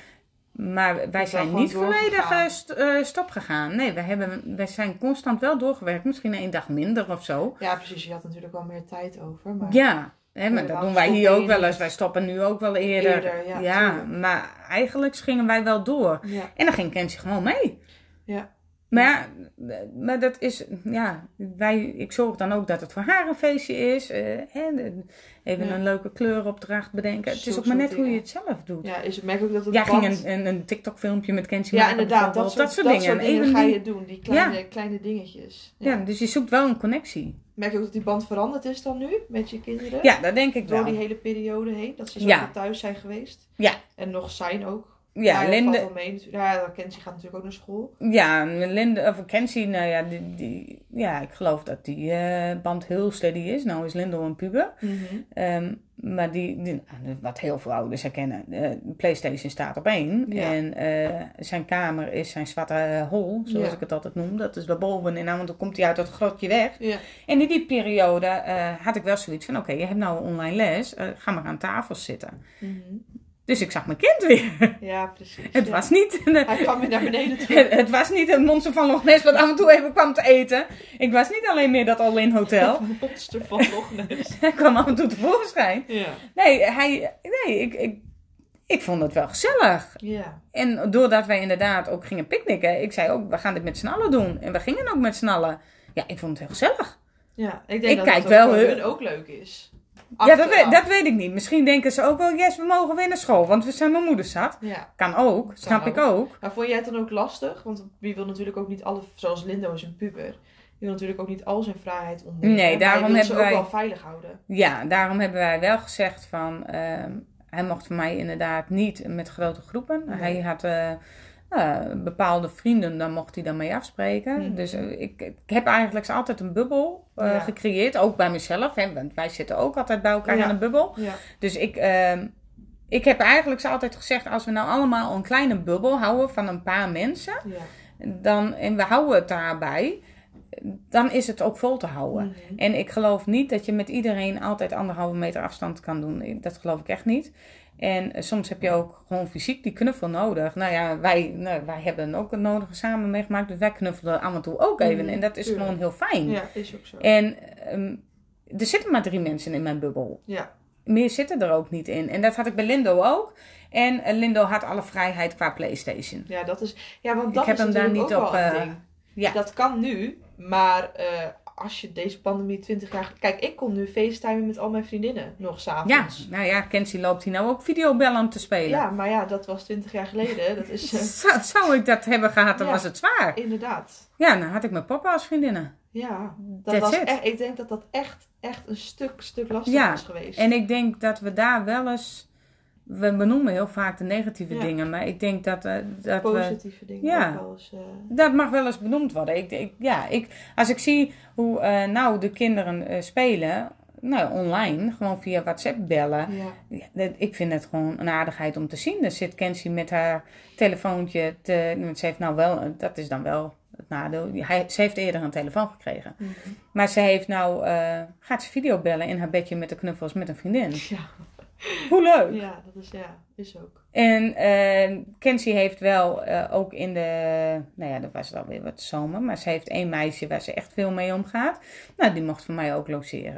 Maar wij zijn niet volledig uh, st- uh, stop gegaan. Nee, wij, hebben, wij zijn constant wel doorgewerkt. Misschien één dag minder of zo. Ja, precies. Je had natuurlijk wel meer tijd over. Maar... Ja, hè, maar dat doen wij hier ook wel eens. Wij stoppen nu ook wel eerder. eerder ja, ja maar eigenlijk gingen wij wel door. Ja. En dan ging Kenzie gewoon mee. Ja. Maar ja, maar dat is, ja, wij, ik zorg dan ook dat het voor haar een feestje is. Uh, hè, even ja. een leuke kleuropdracht bedenken. Het is ook maar net hoe je het zelf doet. Ja, is, ik merk ook dat het Ja, band... ging een, een, een TikTok-filmpje met Kenzie ja, maken. Ja, inderdaad. Dat soort, dat soort dat dingen, soort dingen even ga die... je doen. Die kleine, ja. kleine dingetjes. Ja. ja, dus je zoekt wel een connectie. Merk je ook dat die band veranderd is dan nu met je kinderen? Ja, dat denk ik Door wel. Door die hele periode heen. Dat ze zo ja. thuis zijn geweest. Ja. En nog zijn ook. Ja, ja, Linde... valt wel mee. Ja, Kenzie gaat natuurlijk ook naar school. Ja, Linde, of Kenzie, nou ja, die, die, ja, ik geloof dat die uh, band heel steady is. Nou is Lindo een puber. Mm-hmm. Um, maar die, die, wat heel veel ouders herkennen, uh, PlayStation staat op één. Ja. En uh, zijn kamer is zijn zwarte hol, zoals ja. ik het altijd noem. Dat is daarboven en dan komt hij uit dat grotje weg. Ja. En in die periode uh, had ik wel zoiets van, oké, okay, je hebt nou online les, uh, ga maar aan tafel zitten. Mm-hmm. Dus ik zag mijn kind weer. Ja, precies. Het ja. was niet... Hij kwam weer naar beneden toe. Het, het was niet het monster van Loch Ness wat af en toe even kwam te eten. Ik was niet alleen meer dat all-in hotel. Het monster van Loch Ness. Hij kwam af en toe tevoorschijn. Ja. Nee, hij, nee ik, ik, ik vond het wel gezellig. Ja. En doordat wij inderdaad ook gingen picknicken. Ik zei ook, we gaan dit met z'n allen doen. En we gingen ook met z'n allen. Ja, ik vond het heel gezellig. Ja, ik denk ik dat kijk het ook wel voor heel... hun ook leuk is. Ja, dat weet, dat weet ik niet. Misschien denken ze ook wel, yes, we mogen weer naar school, want we zijn mijn moeder zat. Ja. Kan ook, kan snap ook. ik ook. Maar vond jij het dan ook lastig? Want wie wil natuurlijk ook niet alle, zoals Lindo is een puber, die wil natuurlijk ook niet al zijn vrijheid ontnemen. Nee, daarom hebben hebben ze wij... ook wel veilig houden. Ja, daarom hebben wij wel gezegd van, uh, hij mocht voor mij inderdaad niet met grote groepen. Nee. Hij had... Uh, Uh, bepaalde vrienden, daar mocht hij dan mee afspreken. Mm-hmm. Dus uh, ik, ik heb eigenlijk altijd een bubbel uh, ja. gecreëerd. Ook bij mezelf. Hè, want wij zitten ook altijd bij elkaar ja. in een bubbel. Ja. Dus ik, uh, ik heb eigenlijk altijd gezegd... als we nou allemaal een kleine bubbel houden van een paar mensen... Ja. Dan, en we houden het daarbij... dan is het ook vol te houden. Mm-hmm. En ik geloof niet dat je met iedereen altijd anderhalve meter afstand kan doen. Dat geloof ik echt niet. En uh, soms heb je ook gewoon fysiek die knuffel nodig. Nou ja, wij, nou, wij hebben ook het nodige samen meegemaakt. Dus wij knuffelen af en toe ook even. Mm, en dat is tuurlijk. Gewoon heel fijn. Ja, is ook zo. En um, er zitten maar drie mensen in mijn bubbel. Ja. Meer zitten er ook niet in. En dat had ik bij Lindo ook. En uh, Lindo had alle vrijheid qua PlayStation. Ja, dat is... Ja, want dat ik heb is hem daar niet ook op... wel een uh, ding. Ja. Dat kan nu, maar... Uh, als je deze pandemie twintig jaar... Kijk, ik kon nu facetimen met al mijn vriendinnen nog s'avonds. Ja, nou ja, Kenzie loopt hier nou ook videobellen te spelen. Ja, maar ja, dat was twintig jaar geleden. Dat is, uh... zou, zou ik dat hebben gehad, dan ja, was het zwaar. Inderdaad. Ja, dan had ik mijn papa als vriendinnen. Ja, dat was echt, ik denk dat dat echt, echt een stuk, stuk lastig ja, was geweest. En ik denk dat we daar wel eens... We benoemen heel vaak de negatieve ja. dingen, maar ik denk dat, uh, dat positieve we... dingen ja, ook wel eens... Uh... Dat mag wel eens benoemd worden. Ik, ik, ja, ik, als ik zie hoe uh, nou de kinderen uh, spelen, nou online, gewoon via WhatsApp bellen. Ja. Ja, dat, ik vind het gewoon een aardigheid om te zien. Dan zit Kenzie met haar telefoontje, te, ze heeft nou wel, dat is dan wel het nadeel. Hij, ze heeft eerder een telefoon gekregen. Mm-hmm. Maar ze heeft nou, uh, gaat ze videobellen in haar bedje met de knuffels met een vriendin. Ja. Hoe leuk! Ja, dat is, ja, is ook. En uh, Kenzie heeft wel uh, ook in de... Nou ja, dat was het alweer wat zomer. Maar ze heeft één meisje waar ze echt veel mee omgaat. Nou, die mocht voor mij ook logeren.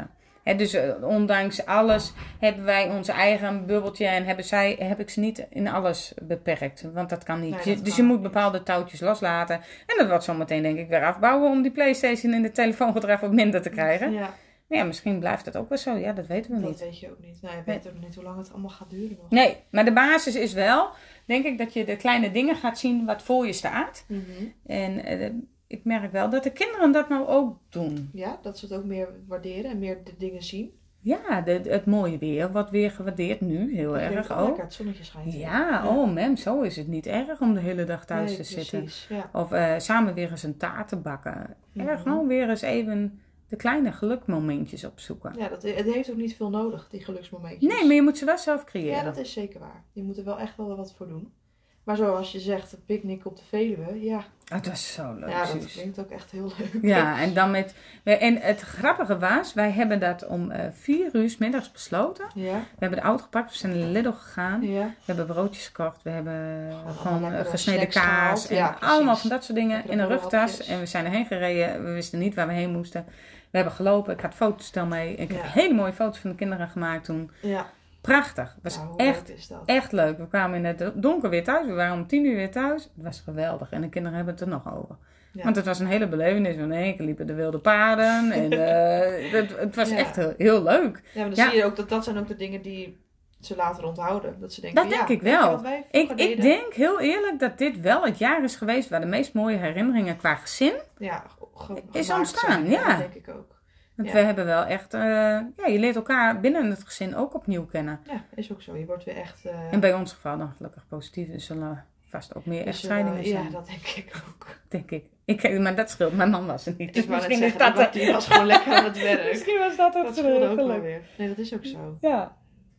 Hè, dus uh, ondanks alles hebben wij ons eigen bubbeltje en hebben zij, heb ik ze niet in alles beperkt. Want dat kan niet. Nee, dat Je, kan dus je moet niet. bepaalde touwtjes loslaten. En dat wordt zometeen denk ik weer afbouwen om die PlayStation en de telefoongedrag wat minder te krijgen. Ja, Maar ja, misschien blijft het ook wel zo. Ja, dat weten we dat niet. weet je ook niet. Nou, je weet ook nog niet hoe lang het allemaal gaat duren nog. Nee, maar de basis is wel, denk ik, dat je de kleine dingen gaat zien wat voor je staat. Mhm. En uh, ik merk wel dat de kinderen dat nou ook doen. Ja, dat ze het ook meer waarderen en meer de dingen zien. Ja, de, het mooie weer wordt weer gewaardeerd nu, heel Ik erg denk wel ook. lekker, het zonnetje schijnt. Ja, oh mem, zo is het niet erg om de hele dag thuis Nee, te zitten. precies, ja. Of uh, samen weer eens een taart te bakken. Mhm. Erg gewoon weer eens even de kleine gelukmomentjes opzoeken. Ja, dat, het heeft ook niet veel nodig, die geluksmomentjes. Nee, maar je moet ze wel zelf creëren. Ja, dat is zeker waar. Je moet er wel echt wel wat voor doen. Maar zoals je zegt, een picknick op de Veluwe, ja. Oh, het was zo leuk. Ja, dat Suus. klinkt ook echt heel leuk. Ja, en dan met... En het grappige was, wij hebben dat om uh, vier uur 's middags besloten. Ja, We hebben de auto gepakt, we zijn naar Lidl gegaan. ja. We hebben broodjes gekocht, we hebben Gewoon gewoon allemaal uh, lekkere gesneden snacks kaas. gehaald. En Ja, precies. allemaal van dat soort dingen Lekkere in een rugtas. borrelhapjes. En we zijn erheen gereden, we wisten niet waar we heen moesten. We hebben gelopen, ik had fotostel mee. Ik Ja. heb hele mooie foto's van de kinderen gemaakt toen. Ja, Prachtig, het was nou, hoe echt, leuk is dat? echt leuk. We kwamen in het donker weer thuis, we waren om tien uur weer thuis. Het was geweldig en de kinderen hebben het er nog over. Ja. Want het was een hele belevenis. In één keer liepen de wilde paarden. En uh, het, het was Ja. echt heel, heel leuk. Ja, maar dan Ja. zie je ook dat dat zijn ook de dingen die ze later onthouden. Dat ze denken, Dat ja, denk ik weet je wel. wat wij Ik, vroeger ik deden? denk heel eerlijk dat dit wel het jaar is geweest waar de meest mooie herinneringen qua gezin. Ja, ge- is gemaakt ontstaan, zijn. ja. Dat denk ik ook. Want Ja. we hebben wel echt, uh, ja, je leert elkaar binnen het gezin ook opnieuw kennen. Ja, is ook zo. Je wordt weer echt... Uh, En bij ons geval dan gelukkig positief. Er zullen vast ook meer is er, echtscheidingen uh, zijn, Ja, dat denk ik ook. denk ik. ik. Maar dat scheelt, mijn man was er niet. Dus Ik wou net misschien is zeggen, dat... die was gewoon lekker aan het werk. Misschien was dat het Dat scheelde ook wel geluk. weer. Nee, dat is ook zo. Ja.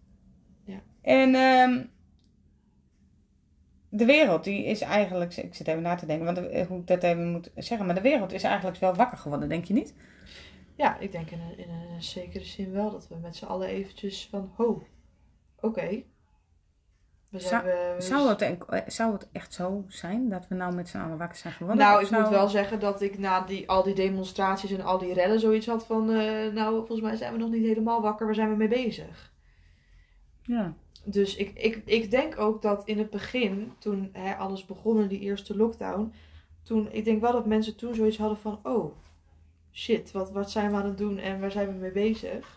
Ja. En um, de wereld, die is eigenlijk... Ik zit even na te denken, want de, hoe ik dat even moet zeggen. Maar de wereld is eigenlijk wel wakker geworden, denk je niet? Ja, ik denk in een, in een zekere zin wel dat we met z'n allen eventjes van... Ho, oké. Okay. We zijn... Zou, we- zou, het, en- zou het echt zo zijn dat we nou met z'n allen wakker zijn geworden? Nou, Of ik zou- moet wel zeggen dat ik na die, al die demonstraties en al die rellen zoiets had van... eh, nou, volgens mij zijn we nog niet helemaal wakker, waar zijn we mee bezig? Ja. Dus ik, ik, ik denk ook dat in het begin, toen hè, alles begon in die eerste lockdown... Toen, ik denk wel dat mensen toen zoiets hadden van... Oh, shit, wat, wat zijn we aan het doen en waar zijn we mee bezig?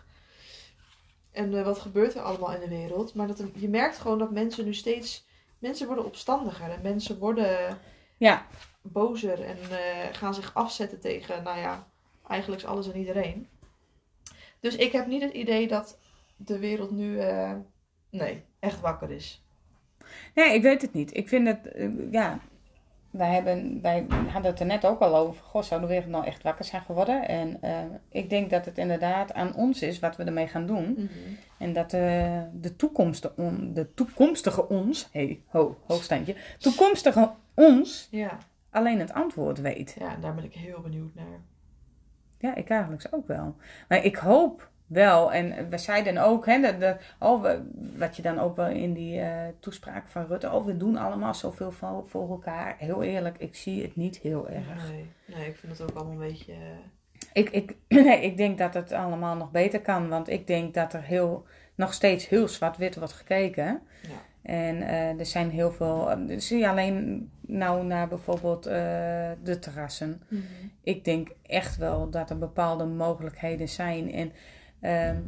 En uh, wat gebeurt er allemaal in de wereld? Maar dat, er- je merkt gewoon dat mensen nu steeds... Mensen worden opstandiger en mensen worden... Ja. bozer en uh, gaan zich afzetten tegen, nou ja, eigenlijk is alles en iedereen. Dus ik heb niet het idee dat de wereld nu, uh, nee, echt wakker is. Nee, ik weet het niet. Ik vind het, uh, ja... Wij, hebben, wij hadden het er net ook al over. Goh, zou de wereld nou echt wakker zijn geworden? En uh, ik denk dat het inderdaad aan ons is wat we ermee gaan doen. Mm-hmm. En dat uh, de, toekomstige on, de toekomstige ons... Hé, hey, ho, hoogstandje. Toekomstige ons Ja, alleen het antwoord weet. ja, en daar ben ik heel benieuwd naar. Ja, ik eigenlijk ook wel. Maar ik hoop wel, en we zeiden ook, hè, de, de, oh, we, wat je dan ook wel in die uh, toespraak van Rutte, oh, we doen allemaal zoveel voor, voor elkaar. Heel eerlijk, ik zie het niet heel erg. Nee, nee, ik vind het ook allemaal een beetje... Uh... Ik, ik, nee, ik denk dat het allemaal nog beter kan, want ik denk dat er heel, nog steeds heel zwart-wit wordt gekeken. Ja. En uh, er zijn heel veel, uh, zie je alleen nou naar bijvoorbeeld uh, de terrassen. Mm-hmm. Ik denk echt wel dat er bepaalde mogelijkheden zijn. En uh,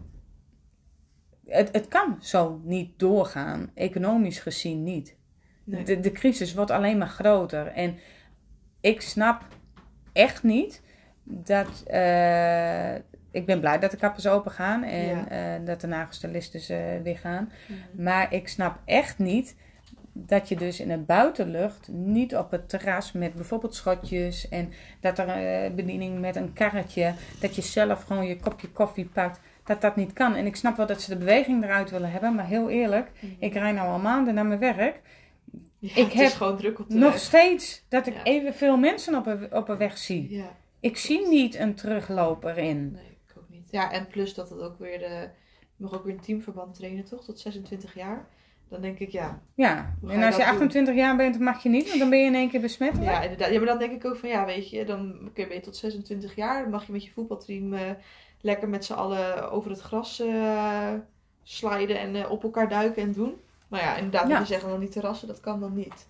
het, het kan zo niet doorgaan, economisch gezien niet. Nee. De, de crisis wordt alleen maar groter. En ik snap echt niet dat... Uh, ik ben blij dat de kappers open gaan en ja. uh, dat de nagelstylisten uh, weer gaan. Mm-hmm. Maar ik snap echt niet dat je dus in de buitenlucht niet op het terras met bijvoorbeeld schotjes en dat er een bediening met een karretje, dat je zelf gewoon je kopje koffie pakt, dat dat niet kan. En ik snap wel dat ze de beweging eruit willen hebben, maar heel eerlijk, mm-hmm. ik rij nou al maanden naar mijn werk. Ja, ik het heb is gewoon druk op de nog weg. steeds dat ik Ja. evenveel mensen op een, op een weg zie. Ja. Ik zie niet een terugloper in. Nee, ik ook niet. Ja, en plus dat het ook weer de... Je mag ook weer in teamverband trainen, toch? Tot zesentwintig jaar. Dan denk ik, ja. Ja, Hoe ga en je als je dat achtentwintig jaar bent, mag je niet, want dan ben je in één keer besmet. Ja, inderdaad. Ja, maar dan denk ik ook van, ja, weet je, dan kun je tot zesentwintig jaar, dan mag je met je voetbalteam uh, lekker met z'n allen over het gras uh, sliden en uh, op elkaar duiken en doen. Maar ja, inderdaad, wat Ja. je zegt, dan die terrassen, dat kan dan niet.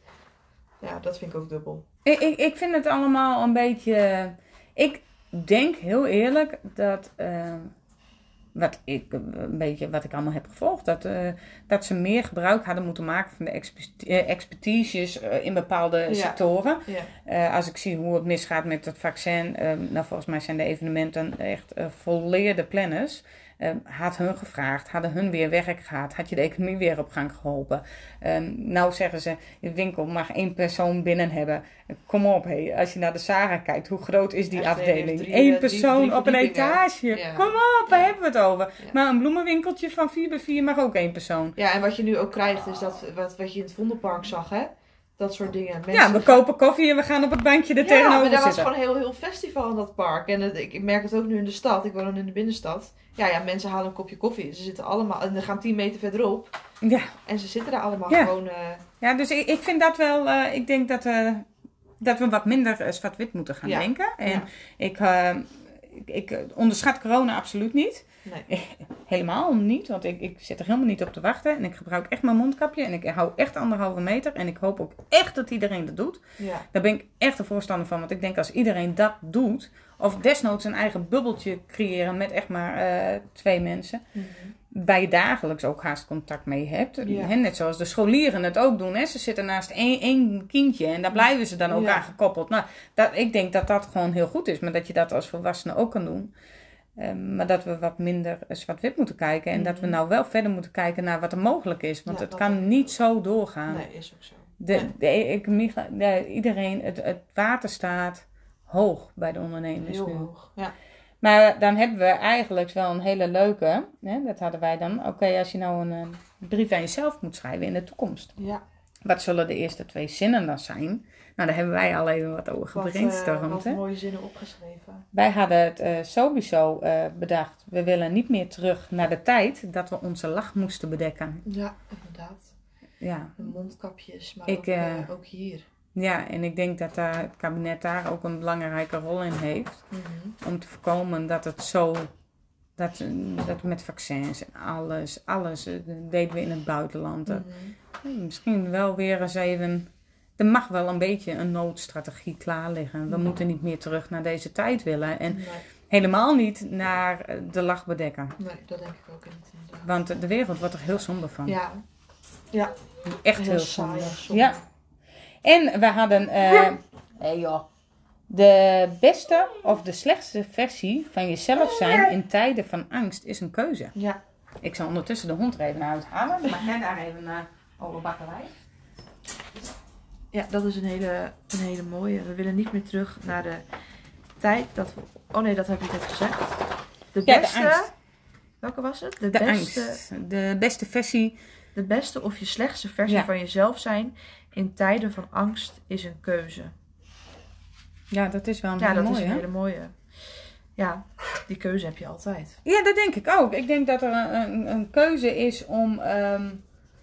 Ja, dat vind ik ook dubbel. Ik, ik, ik vind het allemaal een beetje... Ik denk heel eerlijk dat... Uh, wat, ik, een beetje, wat ik allemaal heb gevolgd. Dat, uh, dat ze meer gebruik hadden moeten maken van de expertise, uh, expertises uh, in bepaalde Ja. sectoren. Ja. Uh, als ik zie hoe het misgaat met het vaccin. Uh, nou, volgens mij zijn de evenementen echt uh, volleerde planners. Uh, had hun gevraagd, hadden hun weer werk gehad, had je de economie weer op gang geholpen. Um, nou zeggen ze, de winkel mag één persoon binnen hebben. Kom op, hey, als je naar de Sarah kijkt, hoe groot is die Echt, afdeling? drie, Eén drie, persoon drie op een verdiepingen. etage. Ja. Kom op, waar Ja. hebben we het over? Ja. Maar een bloemenwinkeltje van vier bij vier mag ook één persoon. Ja, en wat je nu ook krijgt, is dat wat, wat je in het Vondelpark zag, hè? Dat soort dingen. Mensen Ja, we kopen koffie en we gaan op het bankje er Ja, tegenover maar dat was zitten. gewoon een heel, heel festival in dat park. En het, ik merk het ook nu in de stad. Ik woon dan in de binnenstad. Ja, ja, mensen halen een kopje koffie. Ze zitten allemaal... En ze gaan tien meter verderop. Ja. En ze zitten daar allemaal Ja. gewoon... Uh, Ja, dus ik, ik vind dat wel... Uh, ik denk dat, uh, dat we wat minder uh, zwart-wit moeten gaan Ja. denken. En Ja. ik, uh, ik, ik onderschat corona absoluut niet. nee. Helemaal niet, want ik, ik zit er helemaal niet op te wachten. En ik gebruik echt mijn mondkapje. En ik hou echt anderhalve meter. En ik hoop ook echt dat iedereen dat doet. Ja. Daar ben ik echt een voorstander van. Want ik denk als iedereen dat doet... Of desnoods een eigen bubbeltje creëren met echt maar uh, twee mensen... Mm-hmm. Waar je dagelijks ook haast contact mee hebt. Ja. He, net zoals de scholieren het ook doen. He. Ze zitten naast één, één kindje en daar blijven ze dan ook Ja. aan gekoppeld. Nou, dat, ik denk dat dat gewoon heel goed is. Maar dat je dat als volwassene ook kan doen. Um, maar dat we wat minder zwart-wit moeten kijken. En Mm-hmm. dat we nou wel verder moeten kijken naar wat er mogelijk is. Want Ja, het dat kan denk ik niet ook. zo doorgaan. Nee, is ook zo. De, Nee. de, ik, de, iedereen, het, het water staat hoog bij de ondernemers Heel nu. hoog. Ja. Maar dan hebben we eigenlijk wel een hele leuke. Hè, dat hadden wij dan. Oké, okay, als je nou een, een brief aan jezelf moet schrijven in de toekomst. Ja. Wat zullen de eerste twee zinnen dan zijn? Nou, daar hebben wij al even wat over Wat, gebrainstormd. uh, wat hè? mooie zinnen opgeschreven. Wij hadden het uh, sowieso uh, bedacht. We willen niet meer terug naar de tijd dat we onze lach moesten bedekken. Ja, inderdaad. Ja. De mondkapjes, maar Ik, ook, uh, uh, ook hier. Ja, en ik denk dat daar het kabinet daar ook een belangrijke rol in heeft. Mm-hmm. Om te voorkomen dat het zo... Dat, dat met vaccins en alles, alles uh, deden we in het buitenland. Mm-hmm. Misschien wel weer eens even... Er mag wel een beetje een noodstrategie klaar liggen. We Mm-hmm. moeten niet meer terug naar deze tijd willen. En Nee. helemaal niet naar de lach bedekken. nee, dat denk ik ook niet. Inderdaad. Want de wereld wordt er heel somber van. Ja. Ja. Echt Heel heel, saai somber. en somber. Ja. En we hadden... Uh, hey joh. De beste of de slechtste versie van jezelf zijn in tijden van angst is een keuze. Ja. Ik zal ondertussen de hond er even uithalen. Dan mag jij daar even naar over bakkerij. Ja, dat is een hele, een hele mooie. We willen niet meer terug naar de tijd dat we... Oh nee, dat heb ik net gezegd. De Ja, de beste... angst. Welke was het? De De, beste, angst. De beste versie. de beste of je slechtste versie Ja. van jezelf zijn in tijden van angst is een keuze. Ja, dat is wel een Ja, hele dat mooie. is een hè? hele mooie. Ja, die keuze heb je altijd. Ja, dat denk ik ook. Ik denk dat er een, een, een keuze is om, um,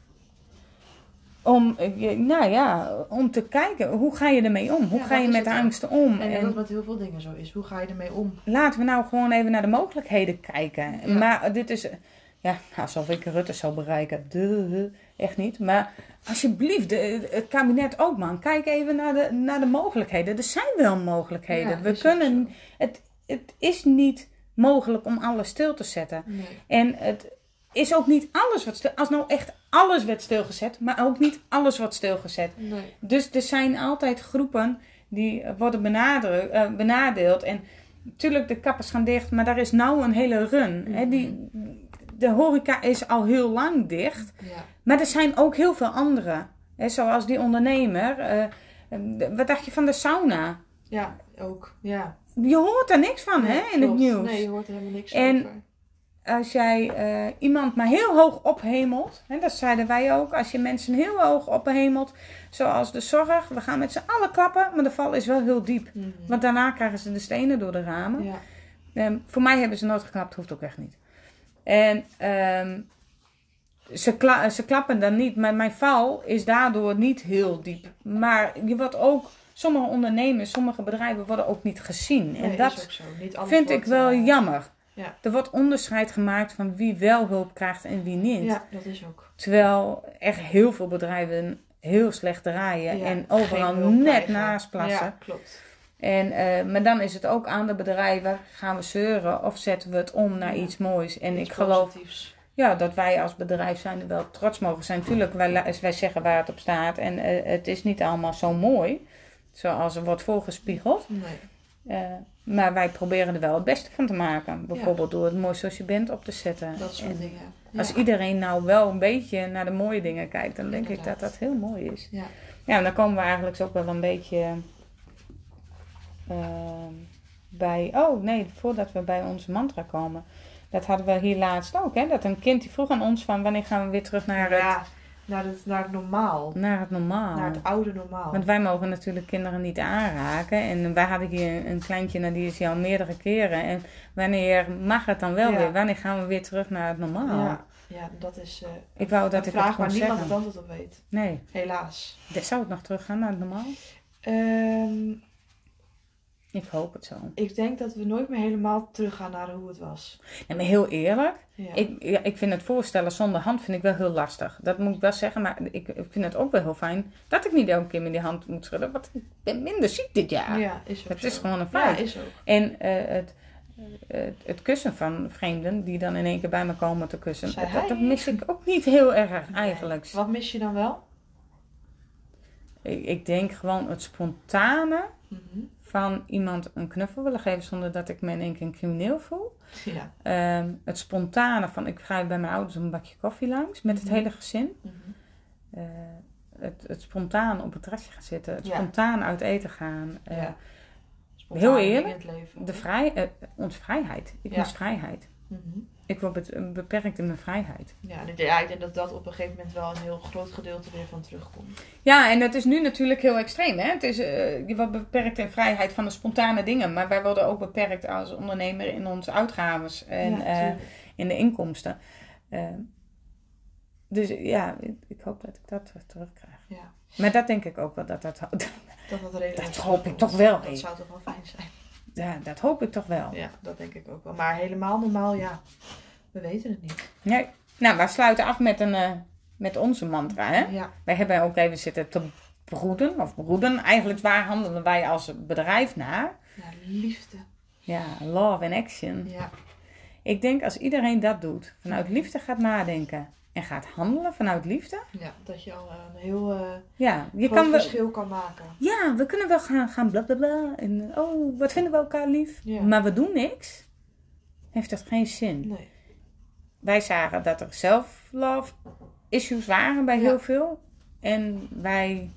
om, eh, nou ja, om te kijken hoe ga je ermee om? Hoe Ja, ga dat je is met de het ook. angsten om? En, En dat met heel veel dingen zo is. Hoe ga je ermee om? laten we nou gewoon even naar de mogelijkheden kijken. Ja. Maar dit is, ja, alsof ik Rutte zou bereiken. Duh, echt niet. Maar alsjeblieft, de, het kabinet ook man. Kijk even naar de, naar de mogelijkheden. Er zijn wel mogelijkheden. Ja, we is ook kunnen, zo. het, het is niet mogelijk om alles stil te zetten. Nee. En het is ook niet alles wat stil... Als nou echt alles werd stilgezet, maar ook niet alles wordt stilgezet. Nee. Dus er zijn altijd groepen die worden benadru- uh, benadeeld. En natuurlijk, de kappers gaan dicht, maar daar is nou een hele run. Mm-hmm. Hè? Die, de horeca is al heel lang dicht. Ja. Maar er zijn ook heel veel andere. Hè? Zoals die ondernemer. Uh, wat dacht je van de sauna? Ja, ook. Ja. Je hoort er niks van, Nee, hè, in het klopt. nieuws. Nee, je hoort er helemaal niks En over. als jij uh, iemand maar heel hoog ophemelt, hè, dat zeiden wij ook, als je mensen heel hoog ophemelt, zoals de zorg, we gaan met z'n allen klappen, maar de val is wel heel diep. Mm-hmm. Want daarna krijgen ze de stenen door de ramen. Ja. Um, voor mij hebben ze nooit geklapt, hoeft ook echt niet. En um, ze, kla- ze klappen dan niet. Maar mijn val is daardoor niet heel diep. Maar je wordt ook... Sommige ondernemers, sommige bedrijven worden ook niet gezien. Nee, en dat is ook zo. Niet alles vind wordt, ik wel uh, jammer. Ja. Er wordt onderscheid gemaakt van wie wel hulp krijgt en wie niet. Ja, dat is ook. Terwijl echt heel veel bedrijven heel slecht draaien. Ja, en overal geen hulp net krijgen. naast plassen. Ja, klopt. En, uh, maar dan is het ook aan de bedrijven. Gaan we zeuren of zetten we het om naar Ja. iets moois. En Iets ik geloof positiefs. ja, dat wij als bedrijf zijn er wel trots mogen zijn. Tuurlijk, wij, la- wij zeggen waar het op staat. En uh, het is niet allemaal zo mooi. Zoals er wordt voorgespiegeld. Nee. Uh, maar wij proberen er wel het beste van te maken. Bijvoorbeeld door het mooi zoals je bent op te zetten. Dat soort En dingen. Ja. als iedereen nou wel een beetje naar de mooie dingen kijkt, dan denk Inderdaad. ik dat dat heel mooi is. Ja. Ja, en dan komen we eigenlijk ook wel een beetje uh, bij... Oh nee, voordat we bij onze mantra komen. Dat hadden we hier laatst ook. Hè? Dat een kind die vroeg aan ons van wanneer gaan we weer terug naar het, Ja, naar het, naar het normaal. naar het normaal. Naar het oude normaal. Want wij mogen natuurlijk kinderen niet aanraken. En wij hadden hier een kleintje, nou die is hier al meerdere keren. En wanneer mag het dan wel Ja. weer? Wanneer gaan we weer terug naar het normaal? Ja, ja, dat is uh, Ik wou dat een ik het vraag kon waar niemand zeggen. het antwoord op weet. Nee. Helaas. Zou het nog teruggaan naar het normaal? Um, Ik hoop het zo. ik denk dat we nooit meer helemaal teruggaan naar hoe het was. Ja, maar heel eerlijk, Ja. ik, ja, ik vind het voorstellen zonder hand vind ik wel heel lastig. Dat moet ik wel zeggen, maar ik, ik vind het ook wel heel fijn dat ik niet elke keer met die hand moet schudden. Want ik ben minder ziek dit jaar. ja, is ook Dat zo. is gewoon een feit. Ja, is ook. En uh, het, uh, het kussen van vreemden die dan in één keer bij me komen te kussen, Zei dat, dat hij? mis ik ook niet heel erg eigenlijk. Nee. Wat mis je dan wel? Ik, ik denk gewoon het spontane Mm-hmm. van iemand een knuffel willen geven zonder dat ik me in één keer een crimineel voel. Ja. Um, het spontane van ik ga bij mijn ouders een bakje koffie langs met het Mm-hmm. hele gezin. Mm-hmm. Uh, het, het spontaan op het terrasje gaan zitten. Het Ja. spontaan uit eten gaan. Uh, Ja. heel eerlijk, in het leven. de vrij, uh, onze vrijheid. Ik Ja. mis vrijheid. Mm-hmm. Ik word be- beperkt in mijn vrijheid. Ja, en ik, ja, ik denk dat dat op een gegeven moment wel een heel groot gedeelte weer van terugkomt. Ja, en dat is nu natuurlijk heel extreem. Hè? Het is, uh, je wordt beperkt in vrijheid van de spontane dingen. Maar wij worden ook beperkt als ondernemer in onze uitgaves en Ja, uh, in de inkomsten. Uh, dus ja, ik, ik hoop dat ik dat terugkrijg. Ja. Maar dat denk ik ook wel. Dat, dat, dat, Dat, dat, redelijk dat hoop ik komt. toch wel. Dat Hé. zou toch wel fijn zijn. Ja, dat hoop ik toch wel. Ja, dat denk ik ook wel. Maar helemaal normaal, ja. We weten het niet. Nee. Nou, we sluiten af met, een, uh, met onze mantra. Hè? Ja. Wij hebben ook even zitten te broeden. Of broeden. Eigenlijk waar handelen wij als bedrijf naar? Ja, liefde. Ja, love in action. Ja. Ik denk als iedereen dat doet, vanuit liefde gaat nadenken en gaat handelen vanuit liefde. Ja, dat je al een heel uh, Ja, je groot kan wel, verschil kan maken. ja, we kunnen wel gaan, gaan blablabla. En oh, wat vinden we elkaar lief? Ja. Maar we doen niks. Heeft dat geen zin. Nee. Wij zagen dat er self-love issues waren bij Ja. heel veel. En wij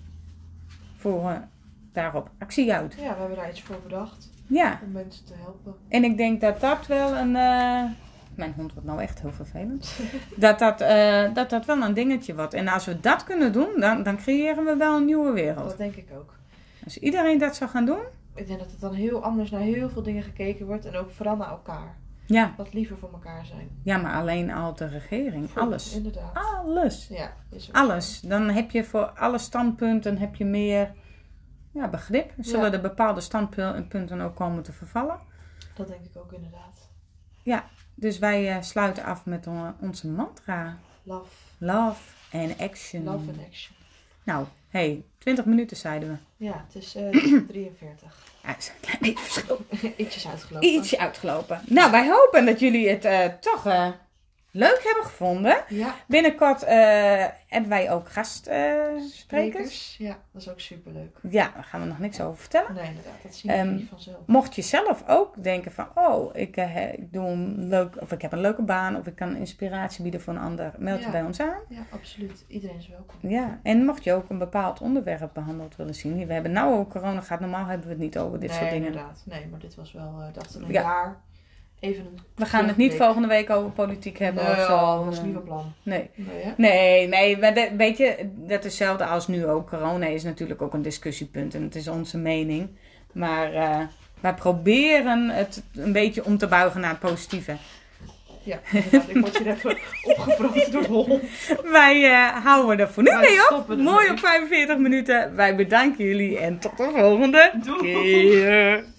voeren daarop actie uit. Ja, we hebben daar iets voor bedacht. Ja, Om mensen te helpen. en ik denk dat dat wel een... Uh, mijn hond wordt nou echt heel vervelend. dat, dat, uh, dat dat wel een dingetje wordt. En als we dat kunnen doen, dan, dan creëren we wel een nieuwe wereld. Dat denk ik ook. Als iedereen dat zou gaan doen... Ik denk dat het dan heel anders naar heel veel dingen gekeken wordt. En ook vooral naar elkaar. Ja, Wat liever voor elkaar zijn. ja maar alleen al de regering. Alles. Inderdaad. Alles. Ja, is ook Alles. Dan heb je voor alle standpunten heb je meer ja, begrip. Zullen Ja. er bepaalde standpunten ook komen te vervallen. Dat denk ik ook inderdaad. Ja, dus wij uh, sluiten af met on- onze mantra. Love. Love and action. Love and action. Nou, hey, twintig minuten zeiden we. Ja, het is uh, drieënveertig. Ja, is een klein beetje verschil. Ietsjes uitgelopen. Ietsje uitgelopen. Nou, wij hopen dat jullie het uh, toch uh, leuk hebben gevonden. Ja. Binnenkort uh, hebben wij ook gastsprekers. Sprekers. Ja, dat is ook superleuk. Ja, daar gaan we nog niks over vertellen. Nee, inderdaad. Dat zien we Um, niet vanzelf. Mocht je zelf ook denken van, oh, ik, uh, ik, doe een leuk, of ik heb een leuke baan, of ik kan inspiratie bieden voor een ander, meld je Ja. bij ons aan. Ja, absoluut. Iedereen is welkom. Ja, en mocht je ook een bepaald onderwerp behandeld willen zien. We hebben nou ook corona gehad, normaal hebben we het niet over dit nee, soort dingen. inderdaad. Nee, maar dit was wel, uh, dacht een Ja. jaar. Even een We gaan het niet volgende week over politiek hebben nee, of zo. oh, dat was niet van plan. Nee. Nee, hè? Nee, nee, maar de, weet je, dat is hetzelfde als nu ook. Corona is natuurlijk ook een discussiepunt en het is onze mening. Maar uh, wij proberen het een beetje om te buigen naar het positieve. Ja, inderdaad. Ik word hier even opgevroten door de hond. Wij uh, houden er voor nu Wij mee op. stoppen ermee. Mooi op vijfenveertig minuten. Wij bedanken jullie en tot de volgende Doei. keer.